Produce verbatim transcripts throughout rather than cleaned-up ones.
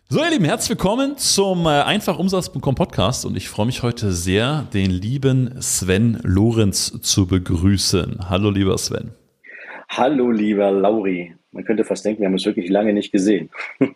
So, ihr Lieben, herzlich willkommen zum äh, einfach umsatz punkt com Podcast und ich freue mich heute sehr, den lieben Sven Lorenz zu begrüßen. Hallo, lieber Sven. Hallo, lieber Lauri. Man könnte fast denken, wir haben uns wirklich lange nicht gesehen.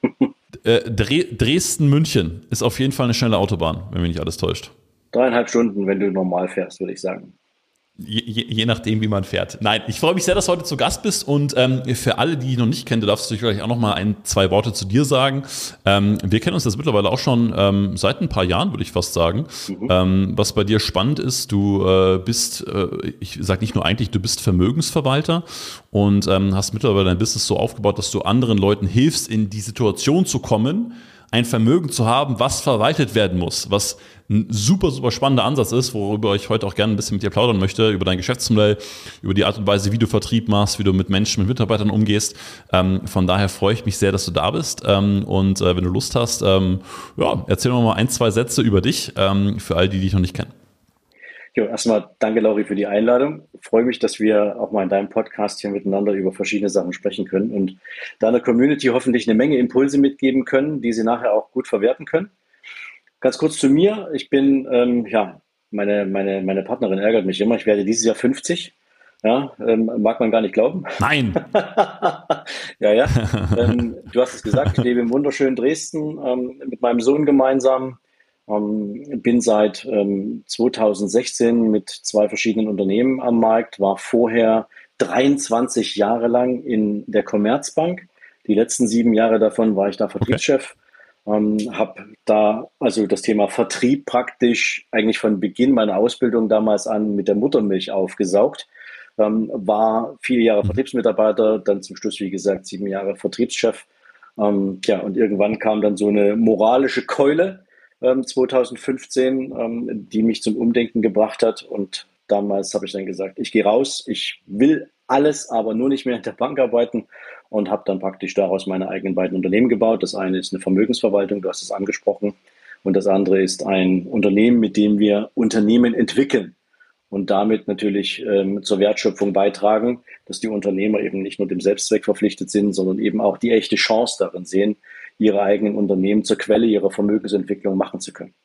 Äh, Dre Dresden-München ist auf jeden Fall eine schnelle Autobahn, wenn mich nicht alles täuscht. Dreieinhalb Stunden, wenn du normal fährst, würde ich sagen. Je, je, je nachdem, wie man fährt. Nein, ich freue mich sehr, dass du heute zu Gast bist und ähm, für alle, die ich noch nicht kennen, du darfst natürlich auch noch mal ein, zwei Worte zu dir sagen. Ähm, wir kennen uns jetzt mittlerweile auch schon ähm, seit ein paar Jahren, würde ich fast sagen. Mhm. Ähm, was bei dir spannend ist, du äh, bist, äh, ich sage nicht nur eigentlich, du bist Vermögensverwalter und ähm, hast mittlerweile dein Business so aufgebaut, dass du anderen Leuten hilfst, in die Situation zu kommen, ein Vermögen zu haben, was verwaltet werden muss, was ein super, super spannender Ansatz ist, worüber ich heute auch gerne ein bisschen mit dir plaudern möchte, über dein Geschäftsmodell, über die Art und Weise, wie du Vertrieb machst, wie du mit Menschen, mit Mitarbeitern umgehst. Ähm, von daher freue ich mich sehr, dass du da bist. Ähm, und äh, wenn du Lust hast, ähm, ja, erzähl noch mal ein, zwei Sätze über dich, ähm, für all die, die dich noch nicht kennen. Jo, erstmal danke, Lauri, für die Einladung. Ich freue mich, dass wir auch mal in deinem Podcast hier miteinander über verschiedene Sachen sprechen können und deiner Community hoffentlich eine Menge Impulse mitgeben können, die sie nachher auch gut verwerten können. Ganz kurz zu mir. Ich bin, ähm, ja, meine, meine, meine Partnerin ärgert mich immer. Ich werde dieses Jahr fünfzig. Ja, ähm, mag man gar nicht glauben. Nein! Ja, ja. Ähm, du hast es gesagt, ich lebe im wunderschönen Dresden ähm, mit meinem Sohn gemeinsam. Ähm, bin seit ähm, zweitausendsechzehn mit zwei verschiedenen Unternehmen am Markt, war vorher dreiundzwanzig Jahre lang in der Commerzbank. Die letzten sieben Jahre davon war ich da Okay. Vertriebschef. Ähm, habe da also das Thema Vertrieb praktisch eigentlich von Beginn meiner Ausbildung damals an mit der Muttermilch aufgesaugt. Ähm, war viele Jahre Mhm. Vertriebsmitarbeiter, dann zum Schluss, wie gesagt, sieben Jahre Vertriebschef. Ähm, ja, und irgendwann kam dann so eine moralische Keule ähm, zweitausendfünfzehn, ähm, die mich zum Umdenken gebracht hat. Und damals habe ich dann gesagt, ich gehe raus, ich will alles, aber nur nicht mehr in der Bank arbeiten und habe dann praktisch daraus meine eigenen beiden Unternehmen gebaut. Das eine ist eine Vermögensverwaltung, du hast es angesprochen, und das andere ist ein Unternehmen, mit dem wir Unternehmen entwickeln und damit natürlich ähm, zur Wertschöpfung beitragen, dass die Unternehmer eben nicht nur dem Selbstzweck verpflichtet sind, sondern eben auch die echte Chance darin sehen, ihre eigenen Unternehmen zur Quelle ihrer Vermögensentwicklung machen zu können.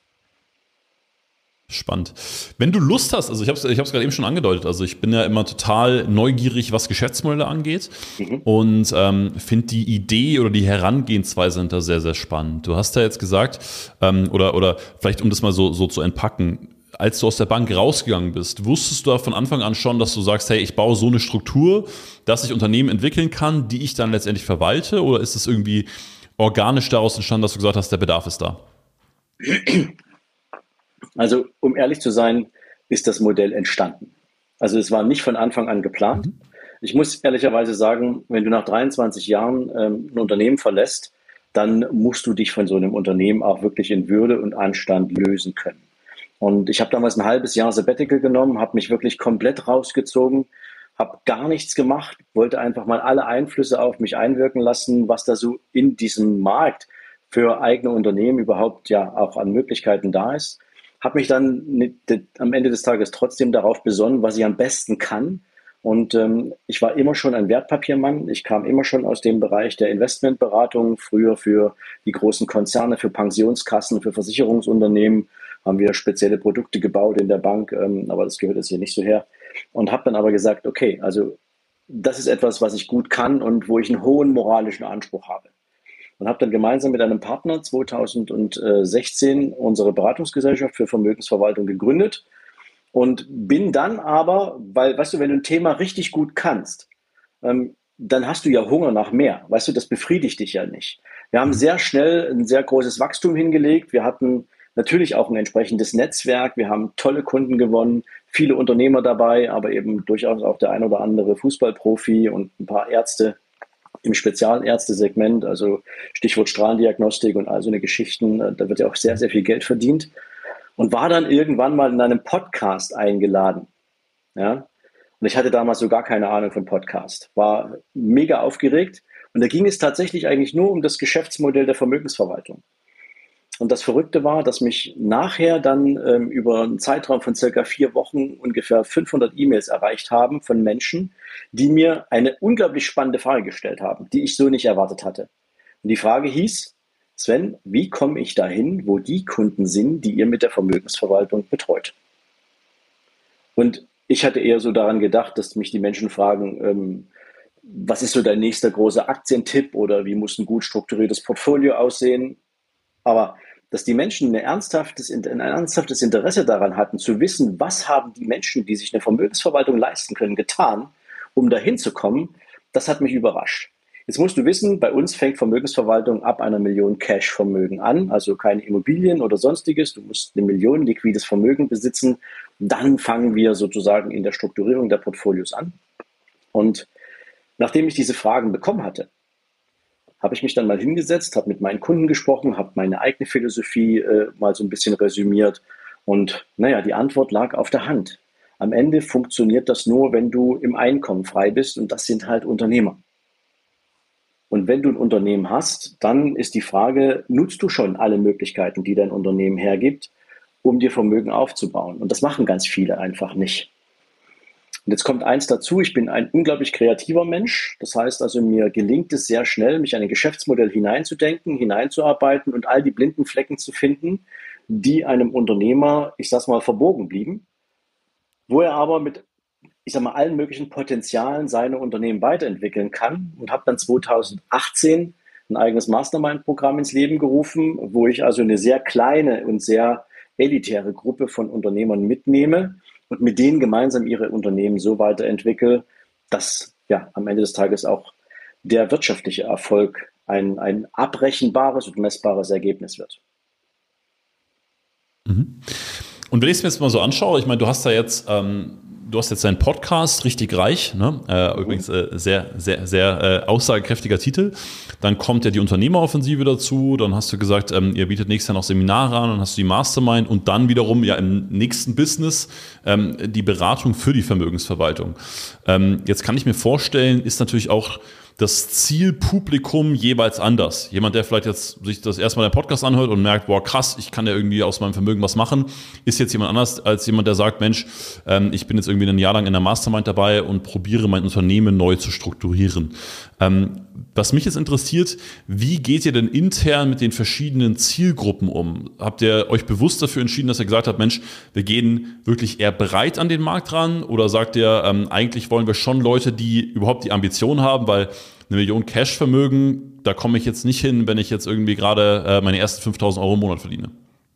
Spannend. Wenn du Lust hast, also ich habe es ich hab's gerade eben schon angedeutet, also ich bin ja immer total neugierig, was Geschäftsmodelle angeht Mhm. und ähm, finde die Idee oder die Herangehensweise hinter sehr, sehr spannend. Du hast ja jetzt gesagt, ähm, oder, oder vielleicht um das mal so, so zu entpacken, als du aus der Bank rausgegangen bist, wusstest du da von Anfang an schon, dass du sagst, hey, ich baue so eine Struktur, dass ich Unternehmen entwickeln kann, die ich dann letztendlich verwalte, oder ist es irgendwie organisch daraus entstanden, dass du gesagt hast, der Bedarf ist da? Also, um ehrlich zu sein, ist das Modell entstanden. Also, es war nicht von Anfang an geplant. Mhm. Ich muss ehrlicherweise sagen, wenn du nach dreiundzwanzig Jahren ähm, ein Unternehmen verlässt, dann musst du dich von so einem Unternehmen auch wirklich in Würde und Anstand lösen können. Und ich habe damals ein halbes Jahr Sabbatical genommen, habe mich wirklich komplett rausgezogen, habe gar nichts gemacht, wollte einfach mal alle Einflüsse auf mich einwirken lassen, was da so in diesem Markt für eigene Unternehmen überhaupt ja auch an Möglichkeiten da ist. Habe mich dann mit, am Ende des Tages trotzdem darauf besonnen, was ich am besten kann. Und ähm, ich war immer schon ein Wertpapiermann. Ich kam immer schon aus dem Bereich der Investmentberatung, früher für die großen Konzerne, für Pensionskassen, für Versicherungsunternehmen haben wir spezielle Produkte gebaut in der Bank, ähm, aber das gehört jetzt hier nicht so her. Und habe dann aber gesagt, okay, also das ist etwas, was ich gut kann und wo ich einen hohen moralischen Anspruch habe. Und habe dann gemeinsam mit einem Partner zweitausendsechzehn unsere Beratungsgesellschaft für Vermögensverwaltung gegründet und bin dann aber, weil, weißt du, wenn du ein Thema richtig gut kannst, ähm, dann hast du ja Hunger nach mehr. Weißt du, das befriedigt dich ja nicht. Wir haben Mhm. sehr schnell ein sehr großes Wachstum hingelegt. Wir hatten natürlich auch ein entsprechendes Netzwerk. Wir haben tolle Kunden gewonnen, viele Unternehmer dabei, aber eben durchaus auch der ein oder andere Fußballprofi und ein paar Ärzte im Spezialärztesegment, also Stichwort Strahlendiagnostik und all so eine Geschichten. Da wird ja auch sehr, sehr viel Geld verdient. Und war dann irgendwann mal in einem Podcast eingeladen. Ja? Und ich hatte damals so gar keine Ahnung von Podcast, war mega aufgeregt. Und da ging es tatsächlich eigentlich nur um das Geschäftsmodell der Vermögensverwaltung. Und das Verrückte war, dass mich nachher dann ähm, über einen Zeitraum von circa vier Wochen ungefähr fünfhundert E-Mails erreicht haben von Menschen, die mir eine unglaublich spannende Frage gestellt haben, die ich so nicht erwartet hatte. Und die Frage hieß: Sven, wie komme ich dahin, wo die Kunden sind, die ihr mit der Vermögensverwaltung betreut? Und ich hatte eher so daran gedacht, dass mich die Menschen fragen, ähm, was ist so dein nächster großer Aktientipp oder wie muss ein gut strukturiertes Portfolio aussehen? Aber dass die Menschen ein ernsthaftes, ein ernsthaftes Interesse daran hatten, zu wissen, was haben die Menschen, die sich eine Vermögensverwaltung leisten können, getan, um dahin zu kommen, das hat mich überrascht. Jetzt musst du wissen, bei uns fängt Vermögensverwaltung ab einer Million Cash-Vermögen an, also keine Immobilien oder sonstiges. Du musst eine Million liquides Vermögen besitzen. Dann fangen wir sozusagen in der Strukturierung der Portfolios an. Und nachdem ich diese Fragen bekommen hatte, habe ich mich dann mal hingesetzt, habe mit meinen Kunden gesprochen, habe meine eigene Philosophie äh, mal so ein bisschen resümiert. Und naja, die Antwort lag auf der Hand. Am Ende funktioniert das nur, wenn du im Einkommen frei bist und das sind halt Unternehmer. Und wenn du ein Unternehmen hast, dann ist die Frage, nutzt du schon alle Möglichkeiten, die dein Unternehmen hergibt, um dir Vermögen aufzubauen? Und das machen ganz viele einfach nicht. Und jetzt kommt eins dazu, ich bin ein unglaublich kreativer Mensch. Das heißt also, mir gelingt es sehr schnell, mich in ein Geschäftsmodell hineinzudenken, hineinzuarbeiten und all die blinden Flecken zu finden, die einem Unternehmer, ich sag's mal, verborgen blieben, wo er aber mit, ich sag mal, allen möglichen Potenzialen seine Unternehmen weiterentwickeln kann und habe dann zweitausendachtzehn ein eigenes Mastermind-Programm ins Leben gerufen, wo ich also eine sehr kleine und sehr elitäre Gruppe von Unternehmern mitnehme und mit denen gemeinsam ihre Unternehmen so weiterentwickle, dass ja am Ende des Tages auch der wirtschaftliche Erfolg ein, ein abrechenbares und messbares Ergebnis wird. Mhm. Und wenn ich es mir jetzt mal so anschaue, ich meine, du hast da jetzt, ähm, du hast jetzt deinen Podcast richtig reich, ne? Äh, mhm. Übrigens äh, sehr, sehr, sehr äh, aussagekräftiger Titel. Dann kommt ja die Unternehmeroffensive dazu. Dann hast du gesagt, ähm, ihr bietet nächstes Jahr noch Seminare an, dann hast du die Mastermind und dann wiederum ja im nächsten Business ähm, die Beratung für die Vermögensverwaltung. Ähm, jetzt kann ich mir vorstellen, ist natürlich auch das Zielpublikum jeweils anders. Jemand, der vielleicht jetzt sich das erstmal den Podcast anhört und merkt, boah, krass, ich kann ja irgendwie aus meinem Vermögen was machen, ist jetzt jemand anders als jemand, der sagt, Mensch, ähm, ich bin jetzt irgendwie ein Jahr lang in der Mastermind dabei und probiere mein Unternehmen neu zu strukturieren. Ähm, was mich jetzt interessiert, wie geht ihr denn intern mit den verschiedenen Zielgruppen um? Habt ihr euch bewusst dafür entschieden, dass ihr gesagt habt, Mensch, wir gehen wirklich eher breit an den Markt ran? Oder sagt ihr, ähm, eigentlich wollen wir schon Leute, die überhaupt die Ambition haben, weil eine Million Cash-Vermögen, da komme ich jetzt nicht hin, wenn ich jetzt irgendwie gerade äh, meine ersten fünftausend Euro im Monat verdiene.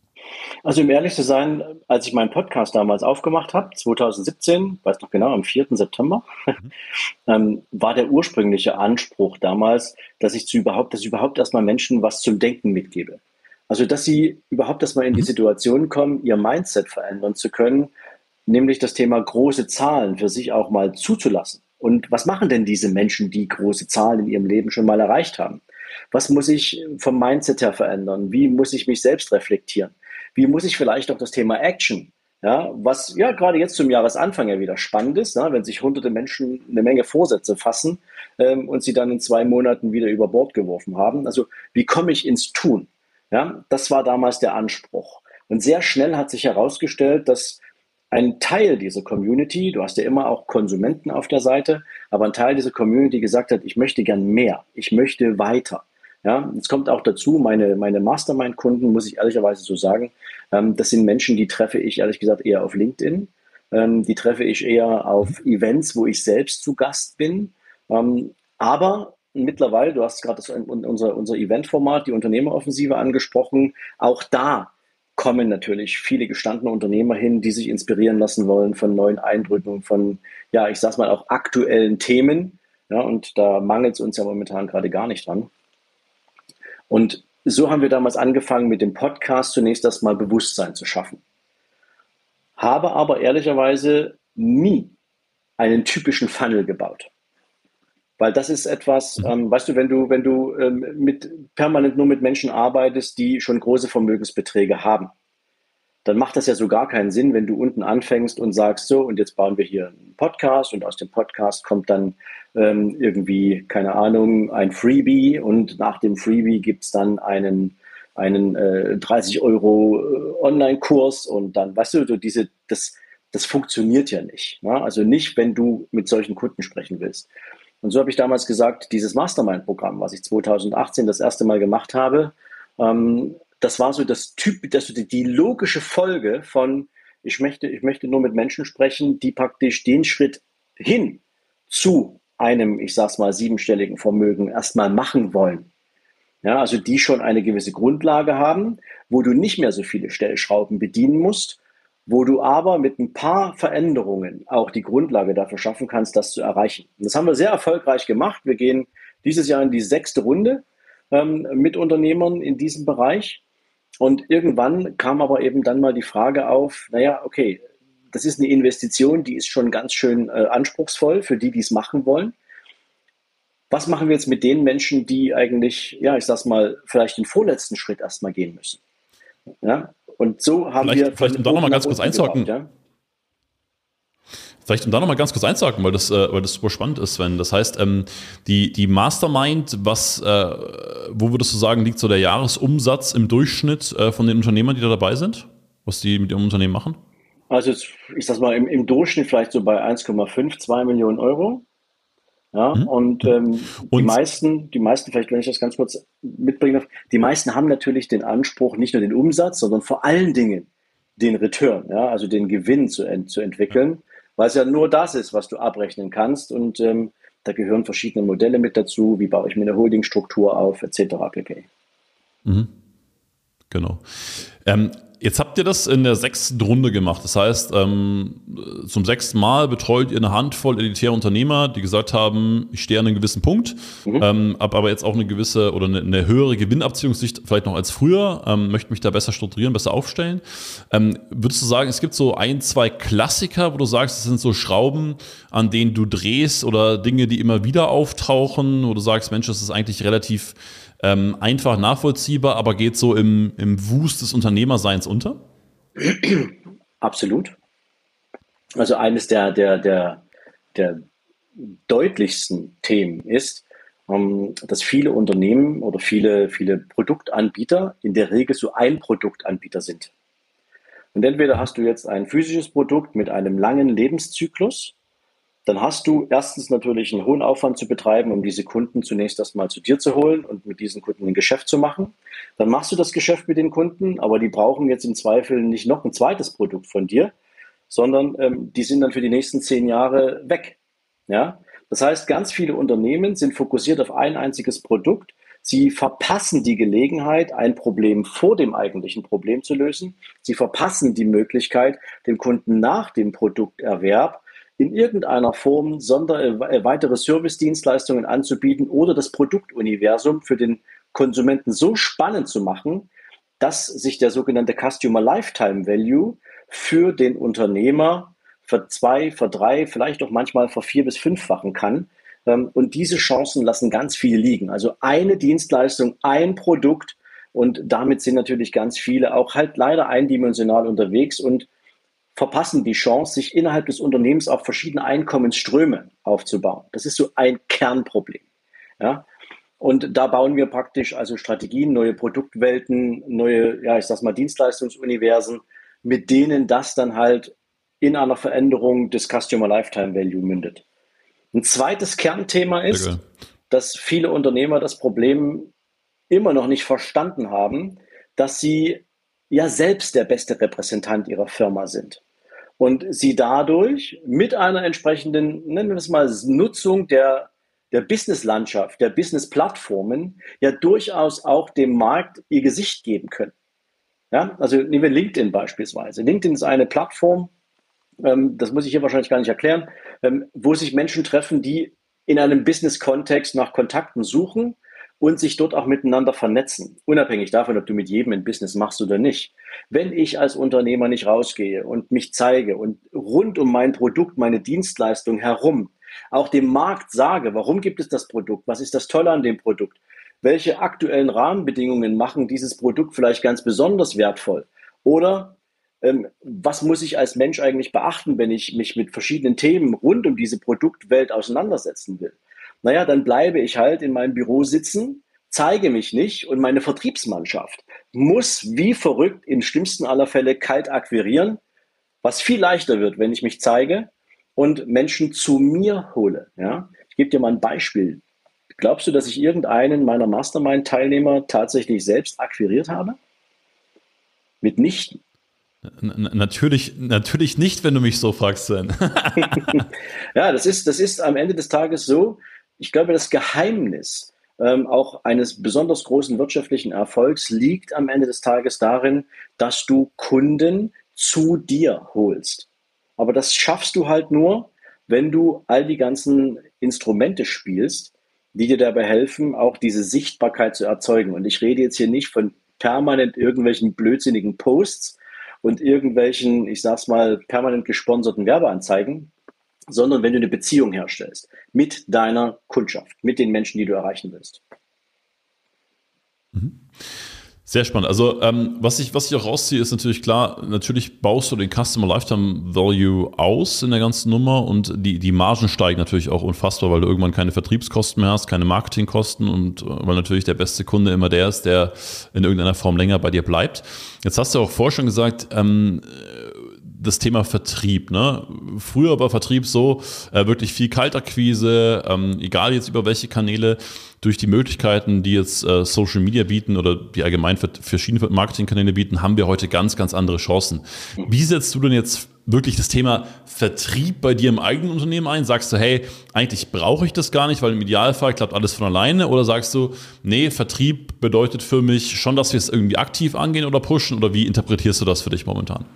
Also um ehrlich zu sein, als ich meinen Podcast damals aufgemacht habe, zweitausendsiebzehn, weiß noch genau, am vierten September, Mhm. ähm, war der ursprüngliche Anspruch damals, dass ich zu überhaupt, dass überhaupt erstmal Menschen was zum Denken mitgebe. Also dass sie überhaupt erstmal in die Mhm. Situation kommen, ihr Mindset verändern zu können, nämlich das Thema große Zahlen für sich auch mal zuzulassen. Und was machen denn diese Menschen, die große Zahlen in ihrem Leben schon mal erreicht haben? Was muss ich vom Mindset her verändern? Wie muss ich mich selbst reflektieren? Wie muss ich vielleicht auch das Thema Action, ja, was ja gerade jetzt zum Jahresanfang ja wieder spannend ist, ne, wenn sich hunderte Menschen eine Menge Vorsätze fassen ähm, und sie dann in zwei Monaten wieder über Bord geworfen haben. Also wie komme ich ins Tun? Ja, das war damals der Anspruch. Und sehr schnell hat sich herausgestellt, dass ein Teil dieser Community, du hast ja immer auch Konsumenten auf der Seite, aber ein Teil dieser Community gesagt hat, ich möchte gern mehr, ich möchte weiter. Ja, jetzt kommt auch dazu, meine, meine Mastermind-Kunden, muss ich ehrlicherweise so sagen, ähm, das sind Menschen, die treffe ich ehrlich gesagt eher auf LinkedIn. Ähm, die treffe ich eher auf Events, wo ich selbst zu Gast bin. Ähm, aber mittlerweile, du hast gerade das, unser, unser Eventformat, die Unternehmeroffensive angesprochen, auch da kommen natürlich viele gestandene Unternehmer hin, die sich inspirieren lassen wollen von neuen Eindrücken, von, ja, ich sag's mal, auch aktuellen Themen. Ja, und da mangelt es uns ja momentan gerade gar nicht dran. Und so haben wir damals angefangen, mit dem Podcast zunächst erstmal Bewusstsein zu schaffen. Habe aber ehrlicherweise nie einen typischen Funnel gebaut. Weil das ist etwas, Mhm. ähm, weißt du, wenn du, wenn du ähm, mit, permanent nur mit Menschen arbeitest, die schon große Vermögensbeträge haben, dann macht das ja so gar keinen Sinn, wenn du unten anfängst und sagst, so, und jetzt bauen wir hier einen Podcast und aus dem Podcast kommt dann ähm, irgendwie, keine Ahnung, ein Freebie und nach dem Freebie gibt's dann einen, einen äh, dreißig Euro äh, Online-Kurs und dann, weißt du, so diese, das, das funktioniert ja nicht. Ne? Also nicht, wenn du mit solchen Kunden sprechen willst. Und so habe ich damals gesagt, dieses Mastermind-Programm, was ich zweitausendachtzehn das erste Mal gemacht habe, Ähm, das war so das Typ, das die, die logische Folge von, ich möchte, ich möchte nur mit Menschen sprechen, die praktisch den Schritt hin zu einem, ich sag's mal, siebenstelligen Vermögen erstmal machen wollen. Ja, also die schon eine gewisse Grundlage haben, wo du nicht mehr so viele Stellschrauben bedienen musst, wo du aber mit ein paar Veränderungen auch die Grundlage dafür schaffen kannst, das zu erreichen. Und das haben wir sehr erfolgreich gemacht. Wir gehen dieses Jahr in die sechste Runde ähm, mit Unternehmern in diesem Bereich. Und irgendwann kam aber eben dann mal die Frage auf, naja, okay, das ist eine Investition, die ist schon ganz schön äh, anspruchsvoll für die, die es machen wollen. Was machen wir jetzt mit den Menschen, die eigentlich, ja, ich sag's mal, vielleicht den vorletzten Schritt erstmal gehen müssen? Ja? Und so haben Vielleicht, wir vielleicht um da nochmal ganz kurz einzuhaken, ja? Vielleicht um da nochmal ganz kurz einzuhaken, weil das, äh, weil das super spannend ist, Sven. Das heißt, ähm, die, die Mastermind, was, äh, wo würdest du sagen, liegt so der Jahresumsatz im Durchschnitt äh, von den Unternehmern, die da dabei sind? Was die mit ihrem Unternehmen machen? Also ich sag mal, im, im Durchschnitt vielleicht so bei eins Komma fünf, zwei Millionen Euro. Ja, Mhm. und ähm, die Und meisten, die meisten, vielleicht wenn ich das ganz kurz mitbringen darf, die meisten haben natürlich den Anspruch, nicht nur den Umsatz, sondern vor allen Dingen den Return, ja, also den Gewinn zu, ent zu entwickeln, weil es ja nur das ist, was du abrechnen kannst. Und ähm, da gehören verschiedene Modelle mit dazu, wie baue ich mir eine Holdingstruktur auf, et cetera pp. mhm. Genau. Ähm, jetzt habt ihr das in der sechsten Runde gemacht. Das heißt, ähm, zum sechsten Mal betreut ihr eine Handvoll elitäre Unternehmer, die gesagt haben, ich stehe an einem gewissen Punkt, Mhm. ähm, habe aber jetzt auch eine gewisse oder eine, eine höhere Gewinnabziehungssicht vielleicht noch als früher, ähm, möchte mich da besser strukturieren, besser aufstellen. Ähm, würdest du sagen, es gibt so ein, zwei Klassiker, wo du sagst, es sind so Schrauben, an denen du drehst oder Dinge, die immer wieder auftauchen, wo du sagst, Mensch, das ist eigentlich relativ Ähm, einfach nachvollziehbar, aber geht so im, im Wust des Unternehmerseins unter? Absolut. Also eines der, der, der, der deutlichsten Themen ist, ähm, dass viele Unternehmen oder viele, viele Produktanbieter in der Regel so ein Produktanbieter sind. Und entweder hast du jetzt ein physisches Produkt mit einem langen Lebenszyklus, dann hast du erstens natürlich einen hohen Aufwand zu betreiben, um diese Kunden zunächst erstmal zu dir zu holen und mit diesen Kunden ein Geschäft zu machen. Dann machst du das Geschäft mit den Kunden, aber die brauchen jetzt im Zweifel nicht noch ein zweites Produkt von dir, sondern ähm, die sind dann für die nächsten zehn Jahre weg. Ja? Das heißt, ganz viele Unternehmen sind fokussiert auf ein einziges Produkt. Sie verpassen die Gelegenheit, ein Problem vor dem eigentlichen Problem zu lösen. Sie verpassen die Möglichkeit, dem Kunden nach dem Produkterwerb in irgendeiner Form sonder, äh, weitere Service-Dienstleistungen anzubieten oder das Produktuniversum für den Konsumenten so spannend zu machen, dass sich der sogenannte Customer Lifetime Value für den Unternehmer ver zwei, ver drei, vielleicht auch manchmal ver vier bis fünffachen kann. Ähm, und diese Chancen lassen ganz viele liegen. Also eine Dienstleistung, ein Produkt, und damit sind natürlich ganz viele auch halt leider eindimensional unterwegs und verpassen die Chance, sich innerhalb des Unternehmens auch verschiedene Einkommensströme aufzubauen. Das ist so ein Kernproblem. Ja? Und da bauen wir praktisch also Strategien, neue Produktwelten, neue, ja, ich sag's mal, Dienstleistungsuniversen, mit denen das dann halt in einer Veränderung des Customer Lifetime Value mündet. Ein zweites Kernthema ist, dass viele Unternehmer das Problem immer noch nicht verstanden haben, dass sie ja selbst der beste Repräsentant ihrer Firma sind. Und sie dadurch mit einer entsprechenden, nennen wir es mal, Nutzung der, der Business-Landschaft, der Business-Plattformen ja durchaus auch dem Markt ihr Gesicht geben können. Ja, also nehmen wir LinkedIn beispielsweise. LinkedIn ist eine Plattform, ähm, das muss ich hier wahrscheinlich gar nicht erklären, ähm, wo sich Menschen treffen, die in einem Business-Kontext nach Kontakten suchen und sich dort auch miteinander vernetzen, unabhängig davon, ob du mit jedem ein Business machst oder nicht. Wenn ich als Unternehmer nicht rausgehe und mich zeige und rund um mein Produkt, meine Dienstleistung herum auch dem Markt sage, warum gibt es das Produkt, was ist das Tolle an dem Produkt, welche aktuellen Rahmenbedingungen machen dieses Produkt vielleicht ganz besonders wertvoll oder ähm, was muss ich als Mensch eigentlich beachten, wenn ich mich mit verschiedenen Themen rund um diese Produktwelt auseinandersetzen will? Naja, dann bleibe ich halt in meinem Büro sitzen, zeige mich nicht und meine Vertriebsmannschaft muss wie verrückt im schlimmsten aller Fälle kalt akquirieren, was viel leichter wird, wenn ich mich zeige und Menschen zu mir hole. Ja? Ich gebe dir mal ein Beispiel. Glaubst du, dass ich irgendeinen meiner Mastermind-Teilnehmer tatsächlich selbst akquiriert habe? Mitnichten. N natürlich, natürlich nicht, wenn du mich so fragst, Sven. Ja, das ist, das ist am Ende des Tages so. Ich glaube, das Geheimnis ähm, auch eines besonders großen wirtschaftlichen Erfolgs liegt am Ende des Tages darin, dass du Kunden zu dir holst. Aber das schaffst du halt nur, wenn du all die ganzen Instrumente spielst, die dir dabei helfen, auch diese Sichtbarkeit zu erzeugen. Und ich rede jetzt hier nicht von permanent irgendwelchen blödsinnigen Posts und irgendwelchen, ich sag's mal, permanent gesponserten Werbeanzeigen, sondern wenn du eine Beziehung herstellst mit deiner Kundschaft, mit den Menschen, die du erreichen willst. Sehr spannend. Also ähm, was ich, was ich auch rausziehe, ist natürlich klar, natürlich baust du den Customer Lifetime Value aus in der ganzen Nummer und die, die Margen steigen natürlich auch unfassbar, weil du irgendwann keine Vertriebskosten mehr hast, keine Marketingkosten und äh, weil natürlich der beste Kunde immer der ist, der in irgendeiner Form länger bei dir bleibt. Jetzt hast du auch vorher schon gesagt, ähm, das Thema Vertrieb, ne? Früher war Vertrieb so, äh, wirklich viel Kaltakquise, ähm, egal jetzt über welche Kanäle, durch die Möglichkeiten, die jetzt äh, Social Media bieten oder die allgemein für verschiedene Marketingkanäle bieten, haben wir heute ganz, ganz andere Chancen. Wie setzt du denn jetzt wirklich das Thema Vertrieb bei dir im eigenen Unternehmen ein? Sagst du, hey, eigentlich brauche ich das gar nicht, weil im Idealfall klappt alles von alleine? Oder sagst du, nee, Vertrieb bedeutet für mich schon, dass wir es irgendwie aktiv angehen oder pushen? Oder wie interpretierst du das für dich momentan?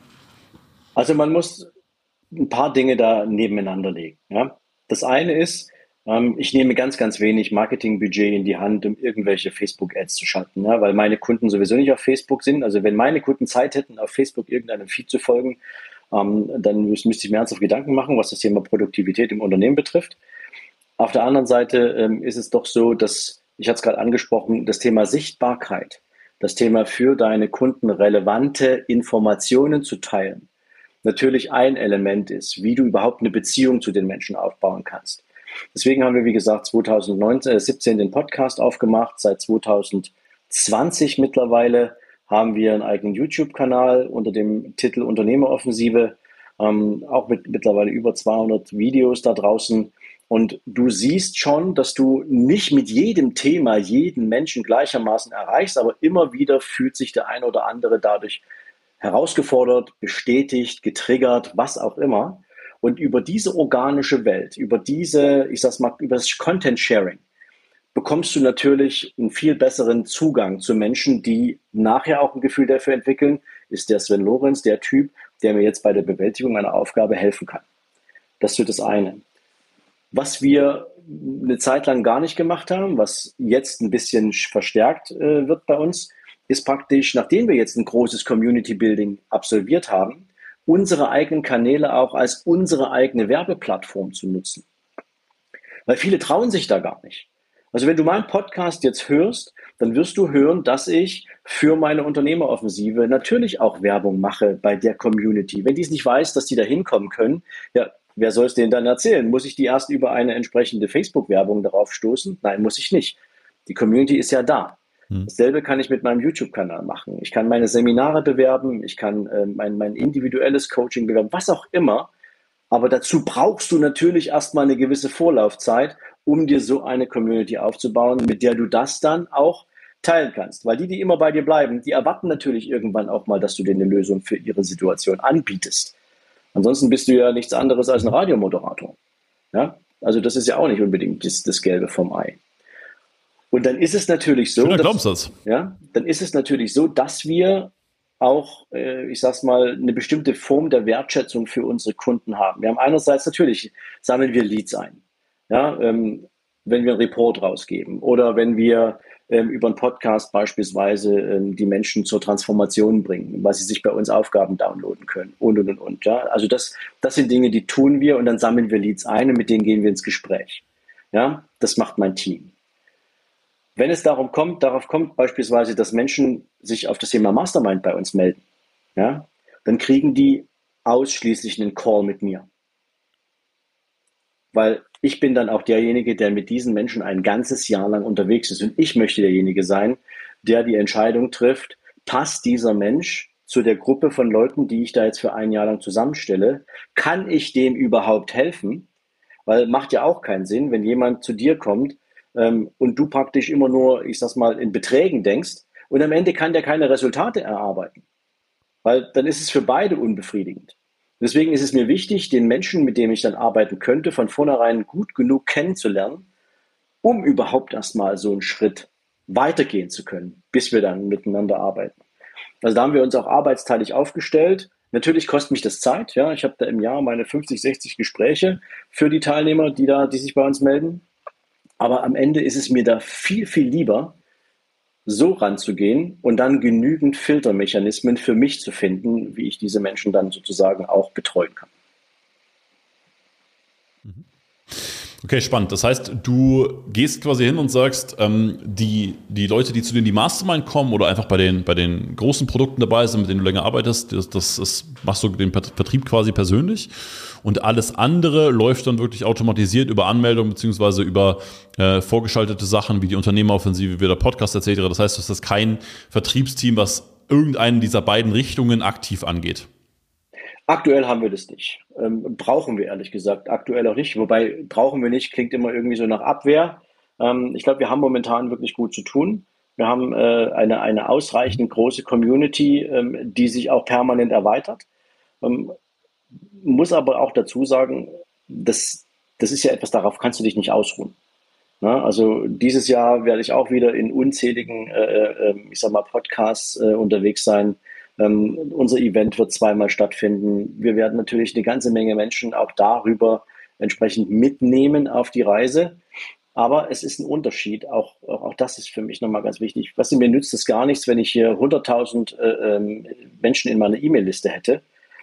Also man muss ein paar Dinge da nebeneinander legen. Ja? Das eine ist, ähm, ich nehme ganz, ganz wenig Marketingbudget in die Hand, um irgendwelche Facebook-Ads zu schalten, ja? Weil meine Kunden sowieso nicht auf Facebook sind. Also wenn meine Kunden Zeit hätten, auf Facebook irgendeinem Feed zu folgen, ähm, dann müsste ich mir ernsthaft Gedanken machen, was das Thema Produktivität im Unternehmen betrifft. Auf der anderen Seite ähm, ist es doch so, dass, ich hatte es gerade angesprochen, das Thema Sichtbarkeit, das Thema für deine Kunden relevante Informationen zu teilen, natürlich ein Element ist, wie du überhaupt eine Beziehung zu den Menschen aufbauen kannst. Deswegen haben wir, wie gesagt, zwanzig siebzehn den Podcast aufgemacht. Seit zwanzig zwanzig mittlerweile haben wir einen eigenen YouTube-Kanal unter dem Titel Unternehmeroffensive, ähm, auch mit mittlerweile über zweihundert Videos da draußen. Und du siehst schon, dass du nicht mit jedem Thema jeden Menschen gleichermaßen erreichst, aber immer wieder fühlt sich der eine oder andere dadurch herausgefordert, bestätigt, getriggert, was auch immer. Und über diese organische Welt, über diese, ich sag's mal, über das Content Sharing, bekommst du natürlich einen viel besseren Zugang zu Menschen, die nachher auch ein Gefühl dafür entwickeln, ist der Sven Lorenz der Typ, der mir jetzt bei der Bewältigung einer Aufgabe helfen kann. Das ist das eine. Was wir eine Zeit lang gar nicht gemacht haben, was jetzt ein bisschen verstärkt äh, wird bei uns, ist praktisch, nachdem wir jetzt ein großes Community Building absolviert haben, unsere eigenen Kanäle auch als unsere eigene Werbeplattform zu nutzen. Weil viele trauen sich da gar nicht. Also wenn du meinen Podcast jetzt hörst, dann wirst du hören, dass ich für meine Unternehmeroffensive natürlich auch Werbung mache bei der Community. Wenn die es nicht weiß, dass die da hinkommen können, ja, wer soll es denen dann erzählen? Muss ich die erst über eine entsprechende Facebook-Werbung darauf stoßen? Nein, muss ich nicht. Die Community ist ja da. Dasselbe kann ich mit meinem YouTube-Kanal machen. Ich kann meine Seminare bewerben, ich kann äh, mein, mein individuelles Coaching bewerben, was auch immer. Aber dazu brauchst du natürlich erstmal eine gewisse Vorlaufzeit, um dir so eine Community aufzubauen, mit der du das dann auch teilen kannst. Weil die, die immer bei dir bleiben, die erwarten natürlich irgendwann auch mal, dass du denen eine Lösung für ihre Situation anbietest. Ansonsten bist du ja nichts anderes als ein Radiomoderator. Ja? Also das ist ja auch nicht unbedingt das, das Gelbe vom Ei. Und dann ist es natürlich so, dass, ja, dann ist es natürlich so, dass wir auch, äh, ich sag's mal, eine bestimmte Form der Wertschätzung für unsere Kunden haben. Wir haben einerseits natürlich, sammeln wir Leads ein, ja, ähm, wenn wir einen Report rausgeben oder wenn wir ähm, über einen Podcast beispielsweise ähm, die Menschen zur Transformation bringen, weil sie sich bei uns Aufgaben downloaden können und, und, und, und. Ja. Also das, das sind Dinge, die tun wir und dann sammeln wir Leads ein und mit denen gehen wir ins Gespräch. Ja, das macht mein Team. Wenn es darum kommt, darauf kommt beispielsweise, dass Menschen sich auf das Thema Mastermind bei uns melden, ja, dann kriegen die ausschließlich einen Call mit mir. Weil ich bin dann auch derjenige, der mit diesen Menschen ein ganzes Jahr lang unterwegs ist. Und ich möchte derjenige sein, der die Entscheidung trifft, passt dieser Mensch zu der Gruppe von Leuten, die ich da jetzt für ein Jahr lang zusammenstelle? Kann ich dem überhaupt helfen? Weil macht ja auch keinen Sinn, wenn jemand zu dir kommt, ähm, und du praktisch immer nur, ich sag's mal, in Beträgen denkst und am Ende kann der keine Resultate erarbeiten, weil dann ist es für beide unbefriedigend. Deswegen ist es mir wichtig, den Menschen, mit dem ich dann arbeiten könnte, von vornherein gut genug kennenzulernen, um überhaupt erstmal so einen Schritt weitergehen zu können, bis wir dann miteinander arbeiten. Also da haben wir uns auch arbeitsteilig aufgestellt. Natürlich kostet mich das Zeit. Ja, ich habe da im Jahr meine fünfzig, sechzig Gespräche für die Teilnehmer, die da, die sich bei uns melden. Aber am Ende ist es mir da viel, viel lieber, so ranzugehen und dann genügend Filtermechanismen für mich zu finden, wie ich diese Menschen dann sozusagen auch betreuen kann. Okay, spannend. Das heißt, du gehst quasi hin und sagst, ähm, die, die Leute, die zu dir in die Mastermind kommen oder einfach bei den, bei den großen Produkten dabei sind, mit denen du länger arbeitest, das, das, das machst du den Vertrieb quasi persönlich und alles andere läuft dann wirklich automatisiert über Anmeldung beziehungsweise über äh, vorgeschaltete Sachen wie die Unternehmeroffensive, wie der Podcast et cetera. Das heißt, das ist kein Vertriebsteam, was irgendeinen dieser beiden Richtungen aktiv angeht. Aktuell haben wir das nicht. Ähm, brauchen wir ehrlich gesagt aktuell auch nicht. Wobei brauchen wir nicht, klingt immer irgendwie so nach Abwehr. Ähm, ich glaube, wir haben momentan wirklich gut zu tun. Wir haben äh, eine, eine ausreichend große Community, ähm, die sich auch permanent erweitert. Ähm, muss aber auch dazu sagen, das, das ist ja etwas, darauf kannst du dich nicht ausruhen. Na, also dieses Jahr werde ich auch wieder in unzähligen, äh, äh, ich sag mal, Podcasts äh, unterwegs sein. Ähm, unser Event wird zweimal stattfinden. Wir werden natürlich eine ganze Menge Menschen auch darüber entsprechend mitnehmen auf die Reise. Aber es ist ein Unterschied. Auch, auch, auch das ist für mich nochmal ganz wichtig. Was mir nützt es gar nichts, wenn ich hier hunderttausend äh, ähm, Menschen in meiner E-Mail-Liste hätte.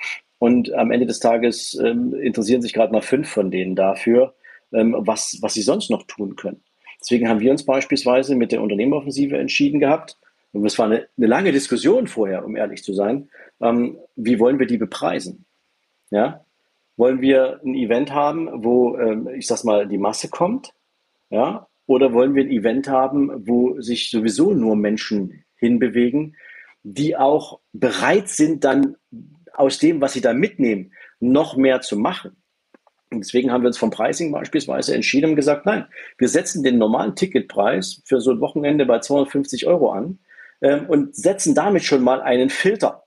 Und am Ende des Tages ähm, interessieren sich gerade mal fünf von denen dafür, ähm, was, was sie sonst noch tun können. Deswegen haben wir uns beispielsweise mit der Unternehmeroffensive entschieden gehabt, und das war eine, eine lange Diskussion vorher, um ehrlich zu sein, ähm, wie wollen wir die bepreisen? Ja? Wollen wir ein Event haben, wo, ähm, ich sag's mal, die Masse kommt? Ja? Oder wollen wir ein Event haben, wo sich sowieso nur Menschen hinbewegen, die auch bereit sind, dann aus dem, was sie da mitnehmen, noch mehr zu machen? Und deswegen haben wir uns vom Pricing beispielsweise entschieden und gesagt, nein, wir setzen den normalen Ticketpreis für so ein Wochenende bei zweihundertfünfzig Euro an ähm, und setzen damit schon mal einen Filter.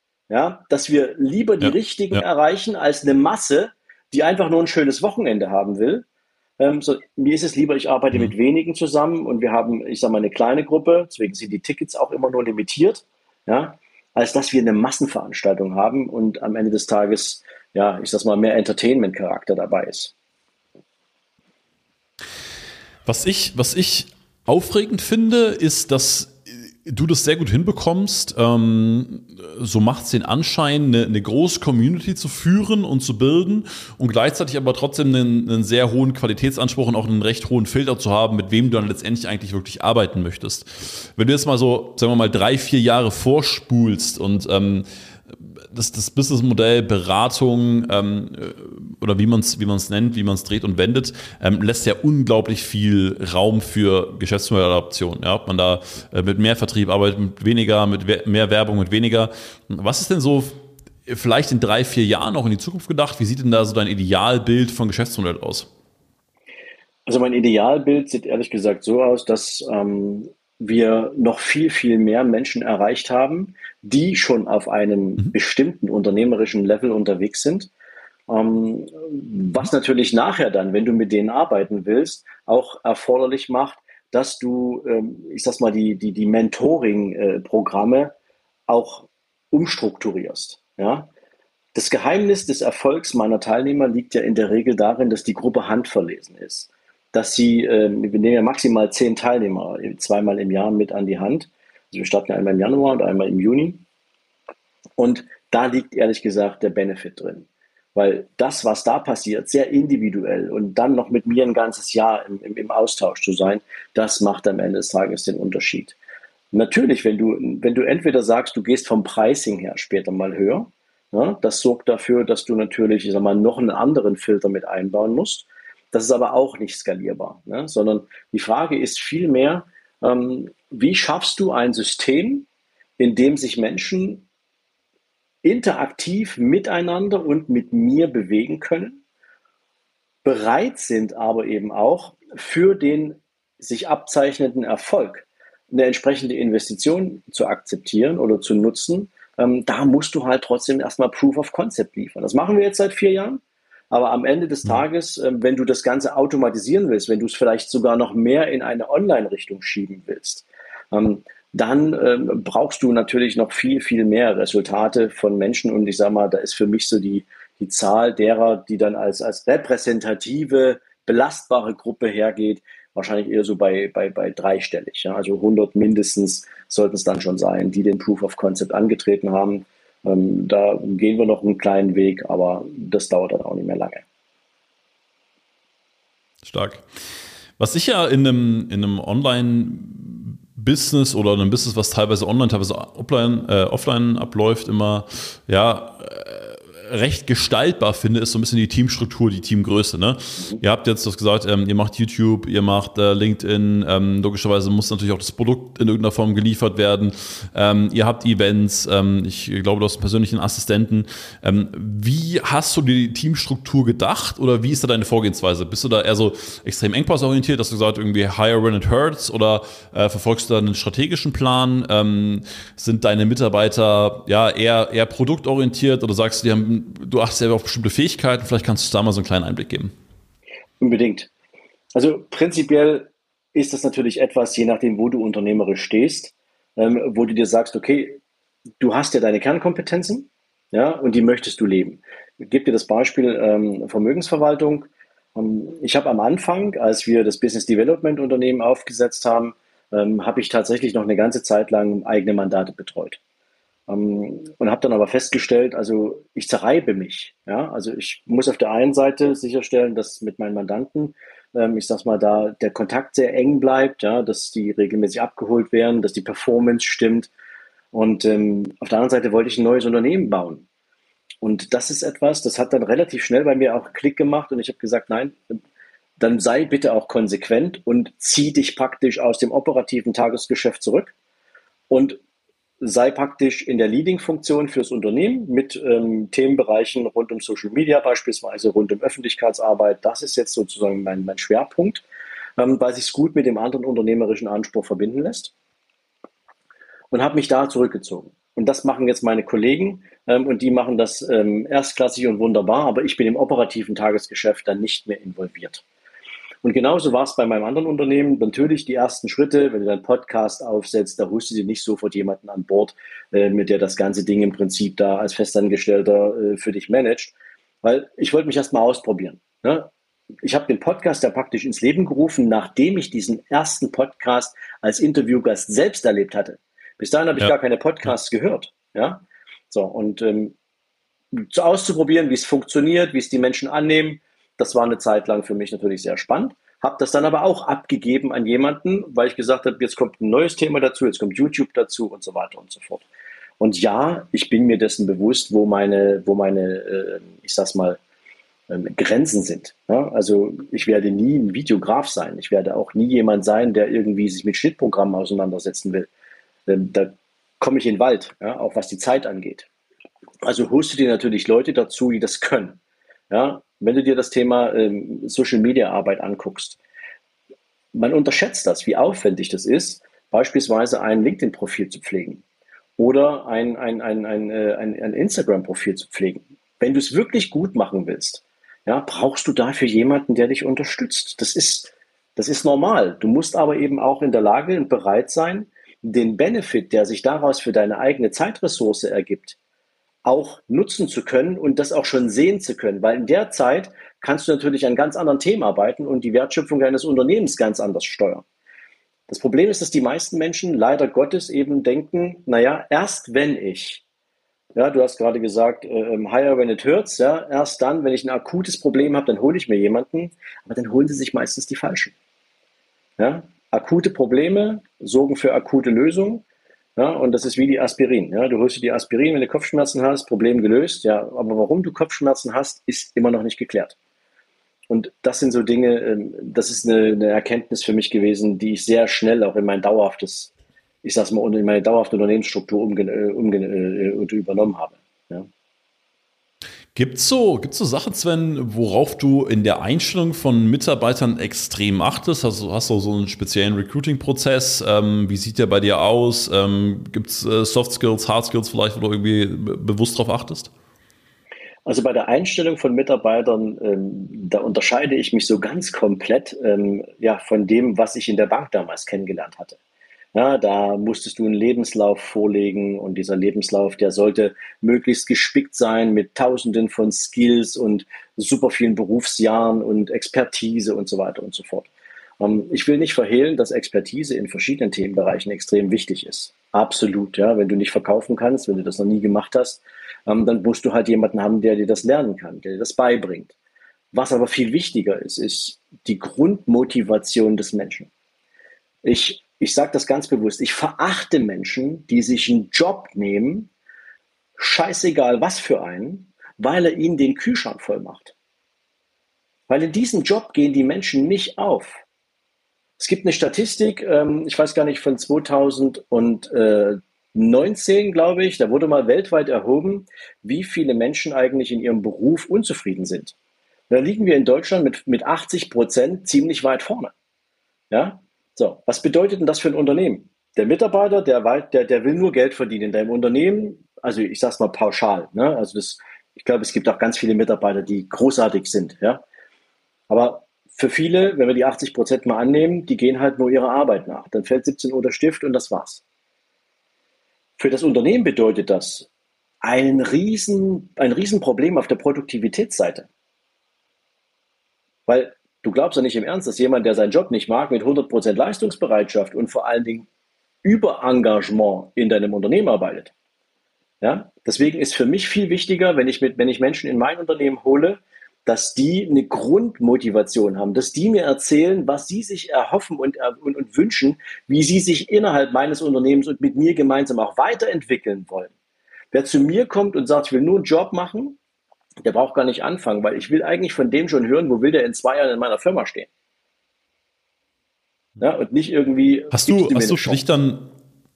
Ja, dass wir lieber die Ja, Richtigen ja. erreichen als eine Masse, die einfach nur ein schönes Wochenende haben will. Ähm, so, mir ist es lieber, ich arbeite Mhm. mit wenigen zusammen und wir haben, ich sage mal, eine kleine Gruppe, deswegen sind die Tickets auch immer nur limitiert, ja, als dass wir eine Massenveranstaltung haben und am Ende des Tages, ja, ich sag mal, mehr Entertainment-Charakter dabei ist. Was ich, was ich aufregend finde, ist, dass du das sehr gut hinbekommst. Ähm, so macht es den Anschein, eine, eine große Community zu führen und zu bilden und gleichzeitig aber trotzdem einen, einen sehr hohen Qualitätsanspruch und auch einen recht hohen Filter zu haben, mit wem du dann letztendlich eigentlich wirklich arbeiten möchtest. Wenn du jetzt mal so, sagen wir mal, drei, vier Jahre vorspulst und ähm, das, das Businessmodell Beratung ähm, oder wie man es wie man es nennt, wie man es dreht und wendet, ähm, lässt ja unglaublich viel Raum für Geschäftsmodelladaption. Ja? Ob man da äh, mit mehr Vertrieb arbeitet, mit weniger, mit we- mehr Werbung, mit weniger. Was ist denn so vielleicht in drei, vier Jahren auch in die Zukunft gedacht? Wie sieht denn da so dein Idealbild von Geschäftsmodell aus? Also mein Idealbild sieht ehrlich gesagt so aus, dass ähm, wir noch viel, viel mehr Menschen erreicht haben, die schon auf einem Mhm. bestimmten unternehmerischen Level unterwegs sind. Ähm, was natürlich nachher dann, wenn du mit denen arbeiten willst, auch erforderlich macht, dass du, ähm, ich sag's mal, die, die, die Mentoring-Programme auch umstrukturierst. Ja? Das Geheimnis des Erfolgs meiner Teilnehmer liegt ja in der Regel darin, dass die Gruppe handverlesen ist. Dass sie, äh, wir nehmen ja maximal zehn Teilnehmer zweimal im Jahr mit an die Hand. Also wir starten einmal im Januar und einmal im Juni. Und da liegt ehrlich gesagt der Benefit drin. Weil das, was da passiert, sehr individuell und dann noch mit mir ein ganzes Jahr im, im, im Austausch zu sein, das macht am Ende des Tages den Unterschied. Natürlich, wenn du, wenn du entweder sagst, du gehst vom Pricing her später mal höher, ja, das sorgt dafür, dass du natürlich, ich sag mal, noch einen anderen Filter mit einbauen musst. Das ist aber auch nicht skalierbar, ne? Sondern die Frage ist vielmehr, ähm, wie schaffst du ein System, in dem sich Menschen interaktiv miteinander und mit mir bewegen können, bereit sind aber eben auch für den sich abzeichnenden Erfolg eine entsprechende Investition zu akzeptieren oder zu nutzen, ähm, da musst du halt trotzdem erstmal Proof of Concept liefern. Das machen wir jetzt seit vier Jahren. Aber am Ende des Mhm. Tages, ähm, wenn du das Ganze automatisieren willst, wenn du es vielleicht sogar noch mehr in eine Online-Richtung schieben willst, ähm, dann ähm, brauchst du natürlich noch viel, viel mehr Resultate von Menschen. Und ich sage mal, da ist für mich so die, die Zahl derer, die dann als, als repräsentative, belastbare Gruppe hergeht, wahrscheinlich eher so bei, bei, bei dreistellig. Ja? Also hundert mindestens sollten es dann schon sein, die den Proof of Concept angetreten haben. Ähm, da gehen wir noch einen kleinen Weg, aber das dauert dann auch nicht mehr lange. Stark. Was ich ja in einem, in einem Online-Business oder einem Business, was teilweise online, teilweise offline, äh, offline abläuft, immer ja recht gestaltbar finde, ist so ein bisschen die Teamstruktur, die Teamgröße. Ne? Mhm. Ihr habt jetzt das gesagt, ähm, ihr macht YouTube, ihr macht äh, LinkedIn, ähm, logischerweise muss natürlich auch das Produkt in irgendeiner Form geliefert werden. Ähm, ihr habt Events, ähm, ich glaube, du hast einen persönlichen Assistenten. Ähm, wie hast du dir die Teamstruktur gedacht oder wie ist da deine Vorgehensweise? Bist du da eher so extrem engpassorientiert, dass du gesagt irgendwie hire when it hurts oder äh, verfolgst du da einen strategischen Plan? Ähm, sind deine Mitarbeiter ja eher, eher produktorientiert oder sagst du, die haben du achtest ja auf bestimmte Fähigkeiten, vielleicht kannst du da mal so einen kleinen Einblick geben. Unbedingt. Also prinzipiell ist das natürlich etwas, je nachdem, wo du unternehmerisch stehst, ähm, wo du dir sagst, okay, du hast ja deine Kernkompetenzen, ja, und die möchtest du leben. Ich gebe dir das Beispiel ähm, Vermögensverwaltung. Ähm, ich habe am Anfang, als wir das Business Development Unternehmen aufgesetzt haben, ähm, habe ich tatsächlich noch eine ganze Zeit lang eigene Mandate betreut. Ähm, und habe dann aber festgestellt, also ich zerreibe mich. Ja? Also ich muss auf der einen Seite sicherstellen, dass mit meinen Mandanten, ähm, ich sag's mal, da der Kontakt sehr eng bleibt, ja? Dass die regelmäßig abgeholt werden, dass die Performance stimmt. Und ähm, auf der anderen Seite wollte ich ein neues Unternehmen bauen. Und das ist etwas, das hat dann relativ schnell bei mir auch Klick gemacht und ich habe gesagt, nein, dann sei bitte auch konsequent und zieh dich praktisch aus dem operativen Tagesgeschäft zurück und sei praktisch in der Leading-Funktion fürs Unternehmen mit ähm, Themenbereichen rund um Social Media beispielsweise, rund um Öffentlichkeitsarbeit. Das ist jetzt sozusagen mein, mein Schwerpunkt, ähm, weil sich es gut mit dem anderen unternehmerischen Anspruch verbinden lässt und habe mich da zurückgezogen. Und das machen jetzt meine Kollegen ähm, und die machen das ähm, erstklassig und wunderbar, aber ich bin im operativen Tagesgeschäft dann nicht mehr involviert. Und genauso war es bei meinem anderen Unternehmen. Natürlich die ersten Schritte, wenn du deinen Podcast aufsetzt, da holst du dir nicht sofort jemanden an Bord, äh, mit der das ganze Ding im Prinzip da als Festangestellter äh, für dich managt. Weil ich wollte mich erst mal ausprobieren. Ne? Ich habe den Podcast ja praktisch ins Leben gerufen, nachdem ich diesen ersten Podcast als Interviewgast selbst erlebt hatte. Bis dahin habe ich Ja. gar keine Podcasts gehört. Ja? So, und ähm, so auszuprobieren, wie es funktioniert, wie es die Menschen annehmen, das war eine Zeit lang für mich natürlich sehr spannend. Habe das dann aber auch abgegeben an jemanden, weil ich gesagt habe, jetzt kommt ein neues Thema dazu, jetzt kommt YouTube dazu und so weiter und so fort. Und ja, ich bin mir dessen bewusst, wo meine, wo meine, äh, ich sag's mal, ähm, Grenzen sind. Ja? Also ich werde nie ein Videograf sein. Ich werde auch nie jemand sein, der irgendwie sich mit Schnittprogrammen auseinandersetzen will. Ähm, da komme ich in den Wald, ja? Auch was die Zeit angeht. Also holst du dir natürlich Leute dazu, die das können. Ja, wenn du dir das Thema ähm, Social Media Arbeit anguckst, man unterschätzt das, wie aufwendig das ist, beispielsweise ein LinkedIn-Profil zu pflegen oder ein, ein, ein, ein, äh, ein, ein Instagram-Profil zu pflegen. Wenn du es wirklich gut machen willst, ja, brauchst du dafür jemanden, der dich unterstützt. Das ist, das ist normal. Du musst aber eben auch in der Lage und bereit sein, den Benefit, der sich daraus für deine eigene Zeitressource ergibt, auch nutzen zu können und das auch schon sehen zu können, weil in der Zeit kannst du natürlich an ganz anderen Themen arbeiten und die Wertschöpfung deines Unternehmens ganz anders steuern. Das Problem ist, dass die meisten Menschen leider Gottes eben denken, naja, erst wenn ich, ja, du hast gerade gesagt, äh, hire when it hurts, ja, erst dann, wenn ich ein akutes Problem habe, dann hole ich mir jemanden, aber dann holen sie sich meistens die Falschen. Ja? Akute Probleme sorgen für akute Lösungen. Ja, und das ist wie die Aspirin. Ja, du holst dir die Aspirin, wenn du Kopfschmerzen hast, Problem gelöst. Ja, aber warum du Kopfschmerzen hast, ist immer noch nicht geklärt. Und das sind so Dinge, das ist eine, eine Erkenntnis für mich gewesen, die ich sehr schnell auch in mein dauerhaftes, ich sag's mal, in meine dauerhafte Unternehmensstruktur umge, umge, äh, übernommen habe. Ja. Gibt's so, gibt's so Sachen, Sven, worauf du in der Einstellung von Mitarbeitern extrem achtest? Hast du, hast du so einen speziellen Recruiting-Prozess? Ähm, wie sieht der bei dir aus? Ähm, gibt's äh, Soft Skills, Hard Skills vielleicht, wo du irgendwie be- bewusst drauf achtest? Also bei der Einstellung von Mitarbeitern, ähm, da unterscheide ich mich so ganz komplett ähm, ja, von dem, was ich in der Bank damals kennengelernt hatte. Ja, da musstest du einen Lebenslauf vorlegen und dieser Lebenslauf, der sollte möglichst gespickt sein mit Tausenden von Skills und super vielen Berufsjahren und Expertise und so weiter und so fort. Ähm, ich will nicht verhehlen, dass Expertise in verschiedenen Themenbereichen extrem wichtig ist. Absolut, ja. Wenn du nicht verkaufen kannst, wenn du das noch nie gemacht hast, ähm, dann musst du halt jemanden haben, der dir das lernen kann, der dir das beibringt. Was aber viel wichtiger ist, ist die Grundmotivation des Menschen. Ich, ich sage das ganz bewusst, ich verachte Menschen, die sich einen Job nehmen, scheißegal was für einen, weil er ihnen den Kühlschrank voll macht. Weil in diesem Job gehen die Menschen nicht auf. Es gibt eine Statistik, ähm, ich weiß gar nicht, von zweitausendneunzehn, glaube ich, da wurde mal weltweit erhoben, wie viele Menschen eigentlich in ihrem Beruf unzufrieden sind. Da liegen wir in Deutschland mit, mit achtzig Prozent ziemlich weit vorne. Ja? So, was bedeutet denn das für ein Unternehmen? Der Mitarbeiter, der, der, der will nur Geld verdienen in deinem Unternehmen, also ich sage es mal pauschal. Ne? Also das, ich glaube, es gibt auch ganz viele Mitarbeiter, die großartig sind. Ja? Aber für viele, wenn wir die achtzig Prozent mal annehmen, die gehen halt nur ihrer Arbeit nach. Dann fällt siebzehn Uhr der Stift und das war's. Für das Unternehmen bedeutet das ein riesen, ein Riesenproblem auf der Produktivitätsseite. Weil du glaubst ja nicht im Ernst, dass jemand, der seinen Job nicht mag, mit hundert Prozent Leistungsbereitschaft und vor allen Dingen Überengagement in deinem Unternehmen arbeitet. Ja? Deswegen ist für mich viel wichtiger, wenn ich, mit, wenn ich Menschen in mein Unternehmen hole, dass die eine Grundmotivation haben, dass die mir erzählen, was sie sich erhoffen und, und, und wünschen, wie sie sich innerhalb meines Unternehmens und mit mir gemeinsam auch weiterentwickeln wollen. Wer zu mir kommt und sagt, ich will nur einen Job machen, der braucht gar nicht anfangen, weil ich will eigentlich von dem schon hören, wo will der in zwei Jahren in meiner Firma stehen. Ja, und nicht irgendwie... Hast du, hast du für dich dann...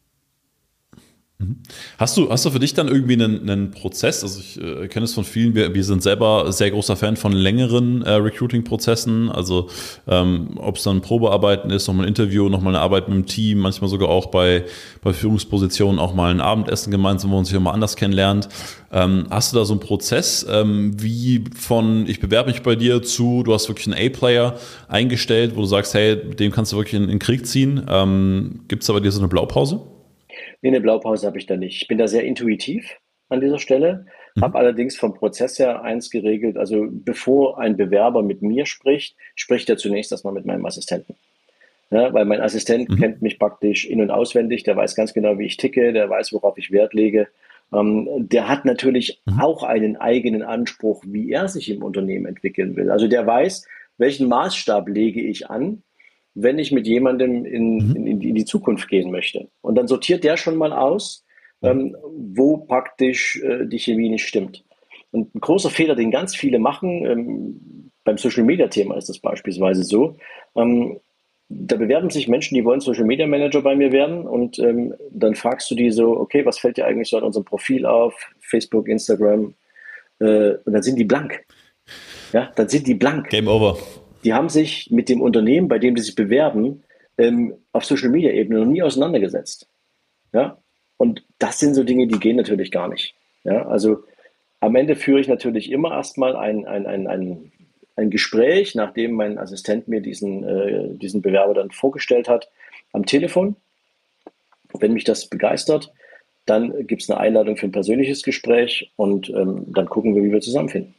Hast du, hast du für dich dann irgendwie einen, einen Prozess? Also ich äh, kenne es von vielen, wir, wir sind selber sehr großer Fan von längeren äh, Recruiting-Prozessen, also ähm, ob es dann Probearbeiten ist, nochmal ein Interview, nochmal eine Arbeit mit dem Team, manchmal sogar auch bei, bei Führungspositionen auch mal ein Abendessen gemeinsam, wo man sich immer anders kennenlernt. Ähm, hast du da so einen Prozess, ähm, wie von ich bewerbe mich bei dir zu, du hast wirklich einen A-Player eingestellt, wo du sagst, hey, mit dem kannst du wirklich in, in den Krieg ziehen. Ähm, gibt es da bei dir so eine Blaupause? Nee, eine Blaupause habe ich da nicht. Ich bin da sehr intuitiv an dieser Stelle, mhm. habe allerdings vom Prozess her eins geregelt. Also bevor ein Bewerber mit mir spricht, spricht er zunächst erstmal mit meinem Assistenten. Ja, weil mein Assistent mhm. kennt mich praktisch in- und auswendig, der weiß ganz genau, wie ich ticke, der weiß, worauf ich Wert lege. Ähm, der hat natürlich mhm. auch einen eigenen Anspruch, wie er sich im Unternehmen entwickeln will. Also der weiß, welchen Maßstab lege ich an, wenn ich mit jemandem in, in, in die Zukunft gehen möchte. Und dann sortiert der schon mal aus, ähm, wo praktisch äh, die Chemie nicht stimmt. Und ein großer Fehler, den ganz viele machen, ähm, beim Social-Media-Thema ist das beispielsweise so, ähm, da bewerben sich Menschen, die wollen Social-Media-Manager bei mir werden und ähm, dann fragst du die so, okay, was fällt dir eigentlich so an unserem Profil auf, Facebook, Instagram, äh, und dann sind die blank. Ja, dann sind die blank. Game over. Die haben sich mit dem Unternehmen, bei dem sie sich bewerben, ähm, auf Social-Media-Ebene noch nie auseinandergesetzt. Ja? Und das sind so Dinge, die gehen natürlich gar nicht. Ja? Also am Ende führe ich natürlich immer erstmal ein, ein, ein, ein, ein Gespräch, nachdem mein Assistent mir diesen, äh, diesen Bewerber dann vorgestellt hat, am Telefon. Wenn mich das begeistert, dann gibt es eine Einladung für ein persönliches Gespräch und ähm, dann gucken wir, wie wir zusammenfinden.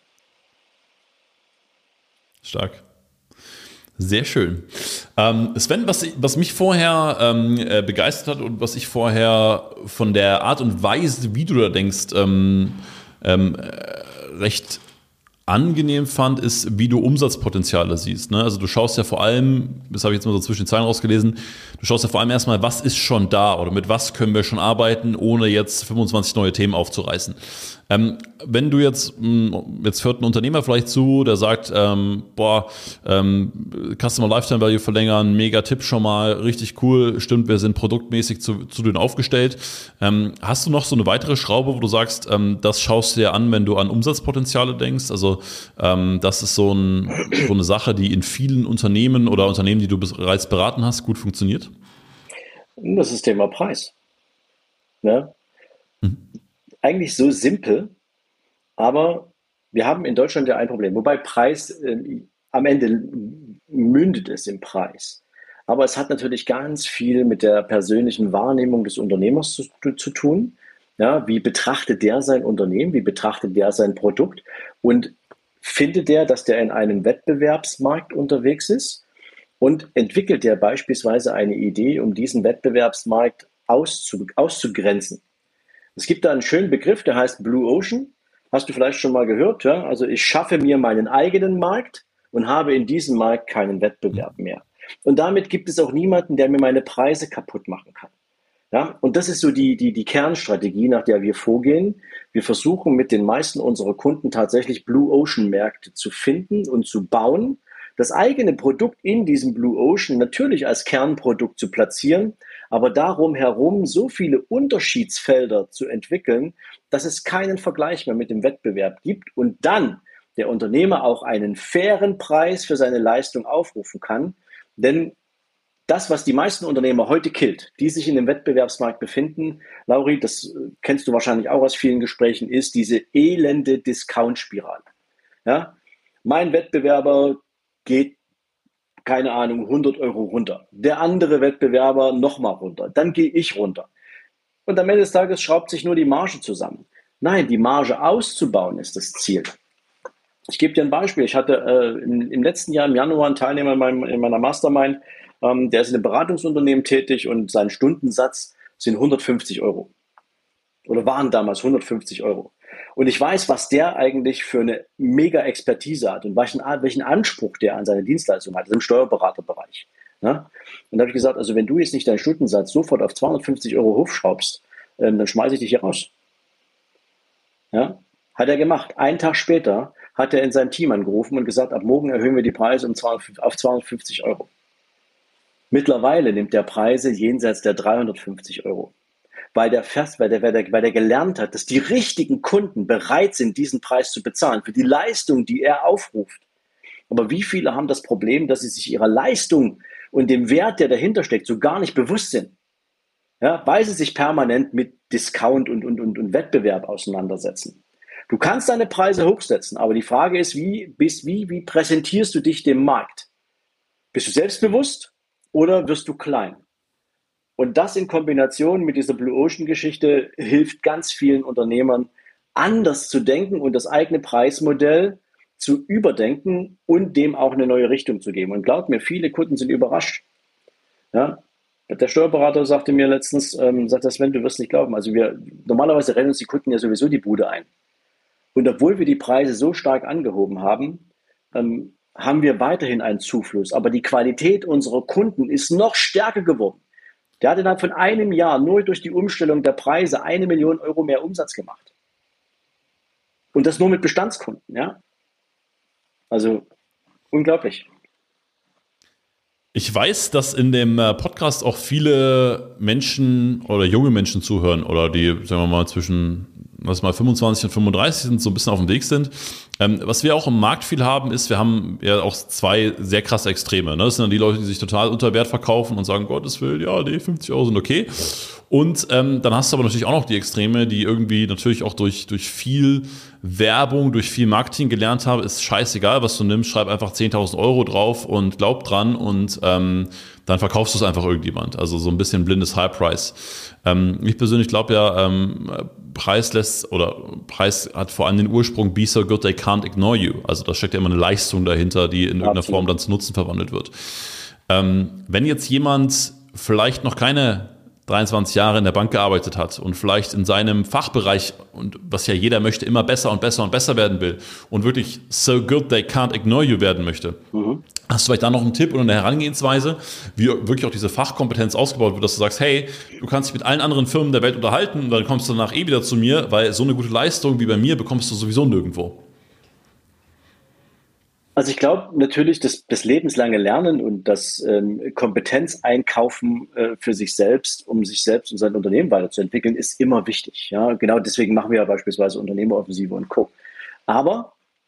Stark. Sehr schön. Ähm, Sven, was, was mich vorher ähm, äh, begeistert hat und was ich vorher von der Art und Weise, wie du da denkst, ähm, ähm, äh, recht angenehm fand, ist, wie du Umsatzpotenziale siehst. Ne? Also du schaust ja vor allem, das habe ich jetzt mal so zwischen den Zeilen rausgelesen, du schaust ja vor allem erstmal, was ist schon da oder mit was können wir schon arbeiten, ohne jetzt fünfundzwanzig neue Themen aufzureißen. Ähm, wenn du jetzt, jetzt hört ein Unternehmer vielleicht zu, der sagt, ähm, boah, ähm, Customer Lifetime Value verlängern, mega Tipp schon mal, richtig cool, stimmt, wir sind produktmäßig zu, zu dünn aufgestellt. Ähm, hast du noch so eine weitere Schraube, wo du sagst, ähm, das schaust du dir an, wenn du an Umsatzpotenziale denkst? Also ähm, das ist so, ein, so eine Sache, die in vielen Unternehmen oder Unternehmen, die du bereits beraten hast, gut funktioniert? Das ist das Thema Preis. Ne? Mhm. Eigentlich so simpel, aber wir haben in Deutschland ja ein Problem. Wobei Preis, äh, am Ende mündet es im Preis. Aber es hat natürlich ganz viel mit der persönlichen Wahrnehmung des Unternehmers zu, zu tun. Ja, wie betrachtet der sein Unternehmen? Wie betrachtet der sein Produkt? Und findet der, dass der in einem Wettbewerbsmarkt unterwegs ist? Und entwickelt der beispielsweise eine Idee, um diesen Wettbewerbsmarkt auszu, auszugrenzen? Es gibt da einen schönen Begriff, der heißt Blue Ocean. Hast du vielleicht schon mal gehört? Ja? Also ich schaffe mir meinen eigenen Markt und habe in diesem Markt keinen Wettbewerb mehr. Und damit gibt es auch niemanden, der mir meine Preise kaputt machen kann. Ja? Und das ist so die, die, die Kernstrategie, nach der wir vorgehen. Wir versuchen mit den meisten unserer Kunden tatsächlich Blue Ocean Märkte zu finden und zu bauen, das eigene Produkt in diesem Blue Ocean natürlich als Kernprodukt zu platzieren, aber darum herum so viele Unterschiedsfelder zu entwickeln, dass es keinen Vergleich mehr mit dem Wettbewerb gibt und dann der Unternehmer auch einen fairen Preis für seine Leistung aufrufen kann. Denn das, was die meisten Unternehmer heute killt, die sich in dem Wettbewerbsmarkt befinden, Lauri, das kennst du wahrscheinlich auch aus vielen Gesprächen, ist diese elende Discount-Spirale. Ja? Mein Wettbewerber geht, keine Ahnung, hundert Euro runter. Der andere Wettbewerber nochmal runter. Dann gehe ich runter. Und am Ende des Tages schraubt sich nur die Marge zusammen. Nein, die Marge auszubauen ist das Ziel. Ich gebe dir ein Beispiel. Ich hatte äh, im, im letzten Jahr im Januar einen Teilnehmer in, meinem, in meiner Mastermind, ähm, der ist in einem Beratungsunternehmen tätig und sein Stundensatz sind hundertfünfzig Euro. Oder waren damals hundertfünfzig Euro. Und ich weiß, was der eigentlich für eine mega Expertise hat und welchen, welchen Anspruch der an seine Dienstleistung hat, im Steuerberaterbereich. Ja? Und da habe ich gesagt, also wenn du jetzt nicht deinen Stundensatz sofort auf zweihundertfünfzig Euro hochschraubst, ähm, dann schmeiße ich dich hier raus. Ja? Hat er gemacht. Einen Tag später hat er in sein Team angerufen und gesagt, ab morgen erhöhen wir die Preise um auf zweihundertfünfzig Euro. Mittlerweile nimmt der Preise jenseits der dreihundertfünfzig Euro. Weil der, fest, weil, der, weil, der, weil der gelernt hat, dass die richtigen Kunden bereit sind, diesen Preis zu bezahlen für die Leistung, die er aufruft. Aber wie viele haben das Problem, dass sie sich ihrer Leistung und dem Wert, der dahinter steckt, so gar nicht bewusst sind? Ja, weil sie sich permanent mit Discount und, und, und, und Wettbewerb auseinandersetzen. Du kannst deine Preise hochsetzen, aber die Frage ist, wie, bist, wie, wie präsentierst du dich dem Markt? Bist du selbstbewusst oder wirst du klein? Und das in Kombination mit dieser Blue Ocean Geschichte hilft ganz vielen Unternehmern, anders zu denken und das eigene Preismodell zu überdenken und dem auch eine neue Richtung zu geben. Und glaubt mir, viele Kunden sind überrascht. Ja? Der Steuerberater sagte mir letztens, ähm, sagt das, Sven, du wirst nicht glauben. Also wir, normalerweise rennen uns die Kunden ja sowieso die Bude ein. Und obwohl wir die Preise so stark angehoben haben, ähm, haben wir weiterhin einen Zufluss. Aber die Qualität unserer Kunden ist noch stärker geworden. Der hat innerhalb von einem Jahr nur durch die Umstellung der Preise eine Million Euro mehr Umsatz gemacht. Und das nur mit Bestandskunden. Ja? Also unglaublich. Ich weiß, dass in dem Podcast auch viele Menschen oder junge Menschen zuhören oder die, sagen wir mal, zwischen was mal fünfundzwanzig und fünfunddreißig sind, so ein bisschen auf dem Weg sind. Ähm, was wir auch im Markt viel haben, ist, wir haben ja auch zwei sehr krasse Extreme. Ne? Das sind dann die Leute, die sich total unter Wert verkaufen und sagen, Gottes Willen, ja, die fünfzig Euro sind okay. Und ähm, dann hast du aber natürlich auch noch die Extreme, die irgendwie natürlich auch durch, durch viel Werbung, durch viel Marketing gelernt haben, ist scheißegal, was du nimmst, schreib einfach zehntausend Euro drauf und glaub dran und ähm, dann verkaufst du es einfach irgendjemand. Also so ein bisschen blindes High Price. Ähm, ich persönlich glaube ja, ähm, Preis lässt oder Preis hat vor allem den Ursprung be so good they can't ignore you. Also da steckt ja immer eine Leistung dahinter, die in irgendeiner Form dann zu Nutzen verwandelt wird. Ähm, wenn jetzt jemand vielleicht noch keine dreiundzwanzig Jahre in der Bank gearbeitet hat und vielleicht in seinem Fachbereich, und was ja jeder möchte, immer besser und besser und besser werden will und wirklich so good they can't ignore you werden möchte. Mhm. Hast du vielleicht da noch einen Tipp oder eine Herangehensweise, wie wirklich auch diese Fachkompetenz ausgebaut wird, dass du sagst, hey, du kannst dich mit allen anderen Firmen der Welt unterhalten und dann kommst du danach eh wieder zu mir, weil so eine gute Leistung wie bei mir bekommst du sowieso nirgendwo. Also ich glaube natürlich, dass das lebenslange Lernen und das ähm, Kompetenz einkaufen äh, für sich selbst, um sich selbst und sein Unternehmen weiterzuentwickeln, ist immer wichtig. Ja? Genau deswegen machen wir ja beispielsweise Unternehmeroffensive und Co. Aber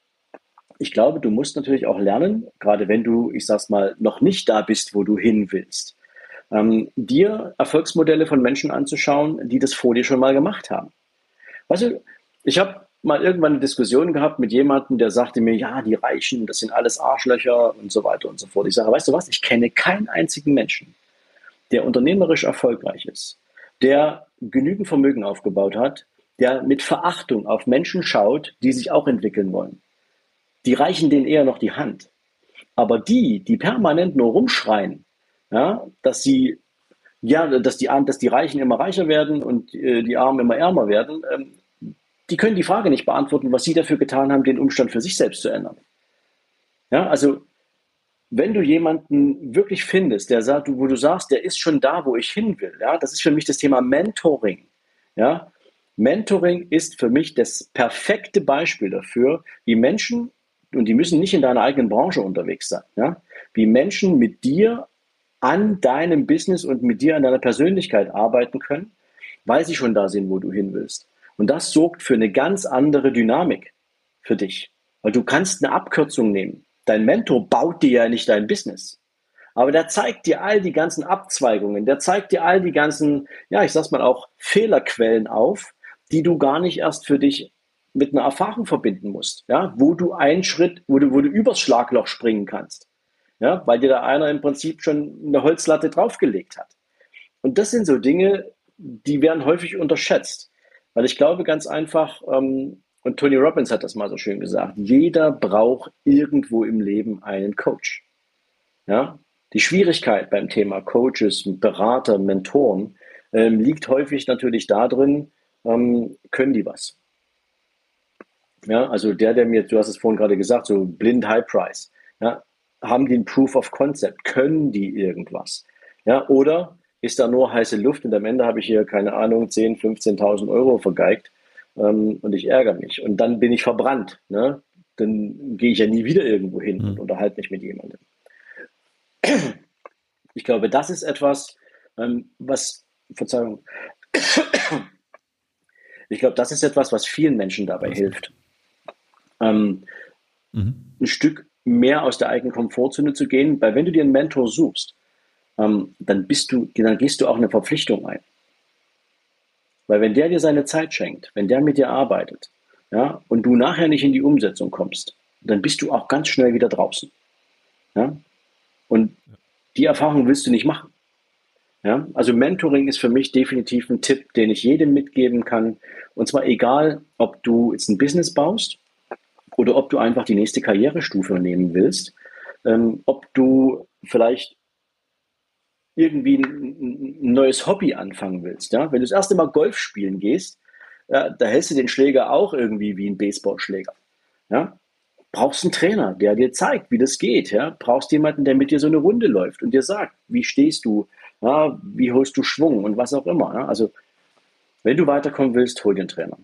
ich glaube, du musst natürlich auch lernen, gerade wenn du, ich sag's mal, noch nicht da bist, wo du hin willst, ähm, dir Erfolgsmodelle von Menschen anzuschauen, die das vor dir schon mal gemacht haben. Weißt du, ich habe mal irgendwann eine Diskussion gehabt mit jemandem, der sagte mir, ja, die Reichen, das sind alles Arschlöcher und so weiter und so fort. Ich sage, weißt du was, ich kenne keinen einzigen Menschen, der unternehmerisch erfolgreich ist, der genügend Vermögen aufgebaut hat, der mit Verachtung auf Menschen schaut, die sich auch entwickeln wollen. Die reichen denen eher noch die Hand. Aber die, die permanent nur rumschreien, ja, dass sie, ja, dass die, dass die Reichen immer reicher werden und äh, die Armen immer ärmer werden, ähm, die können die Frage nicht beantworten, was sie dafür getan haben, den Umstand für sich selbst zu ändern. Ja, also wenn du jemanden wirklich findest, der sagt, wo du sagst, der ist schon da, wo ich hin will, ja, das ist für mich das Thema Mentoring. Ja, Mentoring ist für mich das perfekte Beispiel dafür, wie Menschen, und die müssen nicht in deiner eigenen Branche unterwegs sein, ja, wie Menschen mit dir an deinem Business und mit dir an deiner Persönlichkeit arbeiten können, weil sie schon da sind, wo du hin willst. Und das sorgt für eine ganz andere Dynamik für dich. Weil du kannst eine Abkürzung nehmen. Dein Mentor baut dir ja nicht dein Business. Aber der zeigt dir all die ganzen Abzweigungen. Der zeigt dir all die ganzen, ja, ich sag's mal auch, Fehlerquellen auf, die du gar nicht erst für dich mit einer Erfahrung verbinden musst. Ja, wo du einen Schritt, wo du, wo du übers Schlagloch springen kannst. Ja, weil dir da einer im Prinzip schon eine Holzlatte draufgelegt hat. Und das sind so Dinge, die werden häufig unterschätzt. Weil ich glaube ganz einfach, ähm, und Tony Robbins hat das mal so schön gesagt, jeder braucht irgendwo im Leben einen Coach. Ja? Die Schwierigkeit beim Thema Coaches, Berater, Mentoren ähm, liegt häufig natürlich darin, ähm, können die was? Ja, also der, der mir, du hast es vorhin gerade gesagt, so blind High Price, ja, haben die ein Proof of Concept? Können die irgendwas? Ja, oder ist da nur heiße Luft und am Ende habe ich hier, keine Ahnung, zehntausend, fünfzehntausend Euro vergeigt ähm, und ich ärgere mich. Und dann bin ich verbrannt. Ne? Dann gehe ich ja nie wieder irgendwo hin mhm. und unterhalte mich mit jemandem. Ich glaube, das ist etwas, ähm, was, Verzeihung, ich glaube, das ist etwas, was vielen Menschen dabei was hilft, ähm, mhm. ein Stück mehr aus der eigenen Komfortzone zu gehen, weil wenn du dir einen Mentor suchst, ähm, dann bist du, dann gehst du auch eine Verpflichtung ein. Weil wenn der dir seine Zeit schenkt, wenn der mit dir arbeitet, ja, und du nachher nicht in die Umsetzung kommst, dann bist du auch ganz schnell wieder draußen. Ja? Und die Erfahrung willst du nicht machen. Ja? Also Mentoring ist für mich definitiv ein Tipp, den ich jedem mitgeben kann. Und zwar egal, ob du jetzt ein Business baust oder ob du einfach die nächste Karrierestufe nehmen willst, ähm, ob du vielleicht irgendwie ein, ein neues Hobby anfangen willst. Ja? Wenn du das erste Mal Golf spielen gehst, ja, da hältst du den Schläger auch irgendwie wie ein Baseballschläger. Ja? Brauchst einen Trainer, der dir zeigt, wie das geht. Ja? Brauchst jemanden, der mit dir so eine Runde läuft und dir sagt, wie stehst du, ja? Wie holst du Schwung und was auch immer. Ja? Also wenn du weiterkommen willst, hol dir einen Trainer.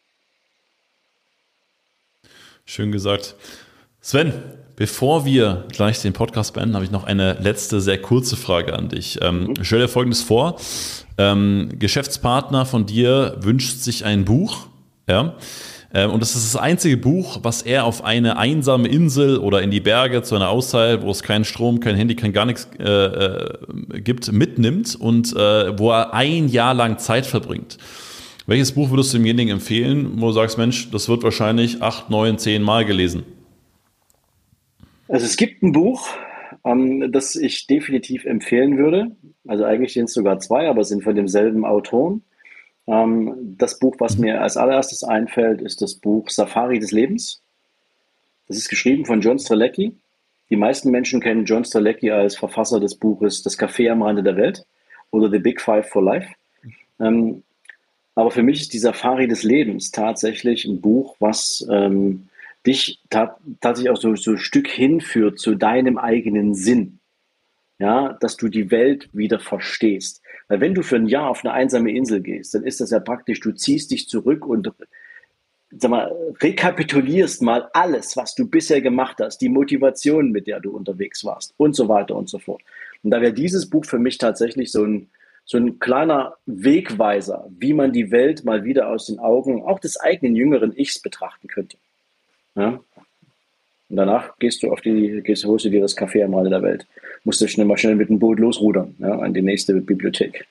Schön gesagt. Sven, bevor wir gleich den Podcast beenden, habe ich noch eine letzte, sehr kurze Frage an dich. Ähm, mhm. Stell dir Folgendes vor, ähm, Geschäftspartner von dir wünscht sich ein Buch, ja, ähm, und das ist das einzige Buch, was er auf eine einsame Insel oder in die Berge zu einer Auszeit, wo es keinen Strom, kein Handy, kein gar nichts äh, äh, gibt, mitnimmt und äh, wo er ein Jahr lang Zeit verbringt. Welches Buch würdest du demjenigen empfehlen, wo du sagst, Mensch, das wird wahrscheinlich acht, neun, zehn Mal gelesen? Also es gibt ein Buch, ähm, das ich definitiv empfehlen würde. Also eigentlich sind es sogar zwei, aber sind von demselben Autoren. Ähm, das Buch, was mir als allererstes einfällt, ist das Buch Safari des Lebens. Das ist geschrieben von John Strzelecki. Die meisten Menschen kennen John Strzelecki als Verfasser des Buches Das Café am Rande der Welt. oder The Big Five for Life. Ähm, aber für mich ist die Safari des Lebens tatsächlich ein Buch, was ähm, dich ta- tatsächlich auch so, so ein Stück hinführt zu deinem eigenen Sinn. Ja, dass du die Welt wieder verstehst. Weil wenn du für ein Jahr auf eine einsame Insel gehst, dann ist das ja praktisch, du ziehst dich zurück und sag mal, rekapitulierst mal alles, was du bisher gemacht hast, die Motivation, mit der du unterwegs warst und so weiter und so fort. Und da wäre dieses Buch für mich tatsächlich so ein, so ein kleiner Wegweiser, wie man die Welt mal wieder aus den Augen auch des eigenen jüngeren Ichs betrachten könnte. Ja? Und danach gehst du auf die, gehst, holst du dir das Café am Rande der Welt. Musst du schnell mal schnell mit dem Boot losrudern, ja, an die nächste Bibliothek.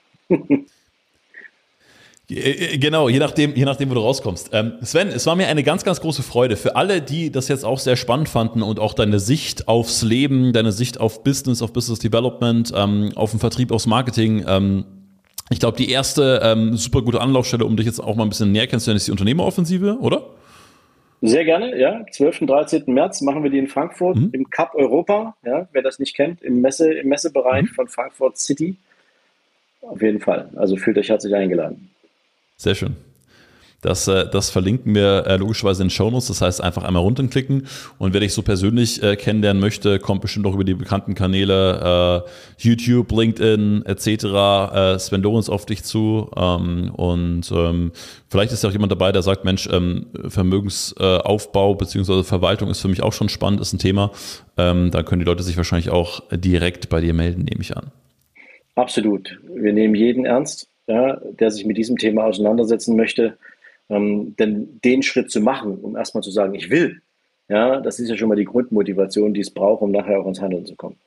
Genau, je nachdem, je nachdem, wo du rauskommst. Ähm, Sven, es war mir eine ganz, ganz große Freude. Für alle, die das jetzt auch sehr spannend fanden und auch deine Sicht aufs Leben, deine Sicht auf Business, auf Business Development, ähm, auf den Vertrieb, aufs Marketing. Ähm, ich glaube, die erste ähm, super gute Anlaufstelle, um dich jetzt auch mal ein bisschen näher kennenzulernen, ist die Unternehmeroffensive, oder? Sehr gerne, ja. zwölften, dreizehnten März machen wir die in Frankfurt mhm. im Cup Europa. Ja, wer das nicht kennt, im, Messe, im Messebereich mhm. von Frankfurt City. Auf jeden Fall. Also fühlt euch herzlich eingeladen. Sehr schön. Das, das verlinken wir äh, logischerweise in den Shownotes, das heißt einfach einmal runterklicken und wer dich so persönlich äh, kennenlernen möchte, kommt bestimmt auch über die bekannten Kanäle äh, YouTube, LinkedIn et cetera. Äh, Sven Lorenz auf dich zu ähm, und ähm, vielleicht ist ja auch jemand dabei, der sagt, Mensch, ähm, Vermögensaufbau bzw. Verwaltung ist für mich auch schon spannend, ist ein Thema. Ähm, da können die Leute sich wahrscheinlich auch direkt bei dir melden, nehme ich an. Absolut. Wir nehmen jeden ernst, ja, der sich mit diesem Thema auseinandersetzen möchte. Ähm, denn den Schritt zu machen, um erstmal zu sagen, ich will, ja, das ist ja schon mal die Grundmotivation, die es braucht, um nachher auch ins Handeln zu kommen.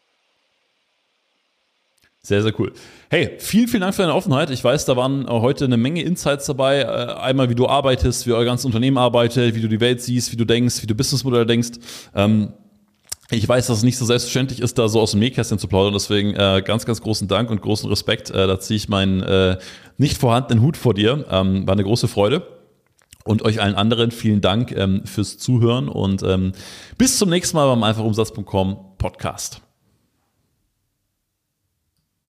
Sehr, sehr cool. Hey, vielen, vielen Dank für deine Offenheit. Ich weiß, da waren heute eine Menge Insights dabei. Einmal, wie du arbeitest, wie euer ganzes Unternehmen arbeitet, wie du die Welt siehst, wie du denkst, wie du Businessmodelle denkst. Ähm, Ich weiß, dass es nicht so selbstverständlich ist, da so aus dem Nähkästchen zu plaudern. Deswegen äh, ganz, ganz großen Dank und großen Respekt. Äh, da ziehe ich meinen äh, nicht vorhandenen Hut vor dir. Ähm, war eine große Freude. Und euch allen anderen vielen Dank ähm, fürs Zuhören und ähm, bis zum nächsten Mal beim einfach umsatz punkt com Podcast.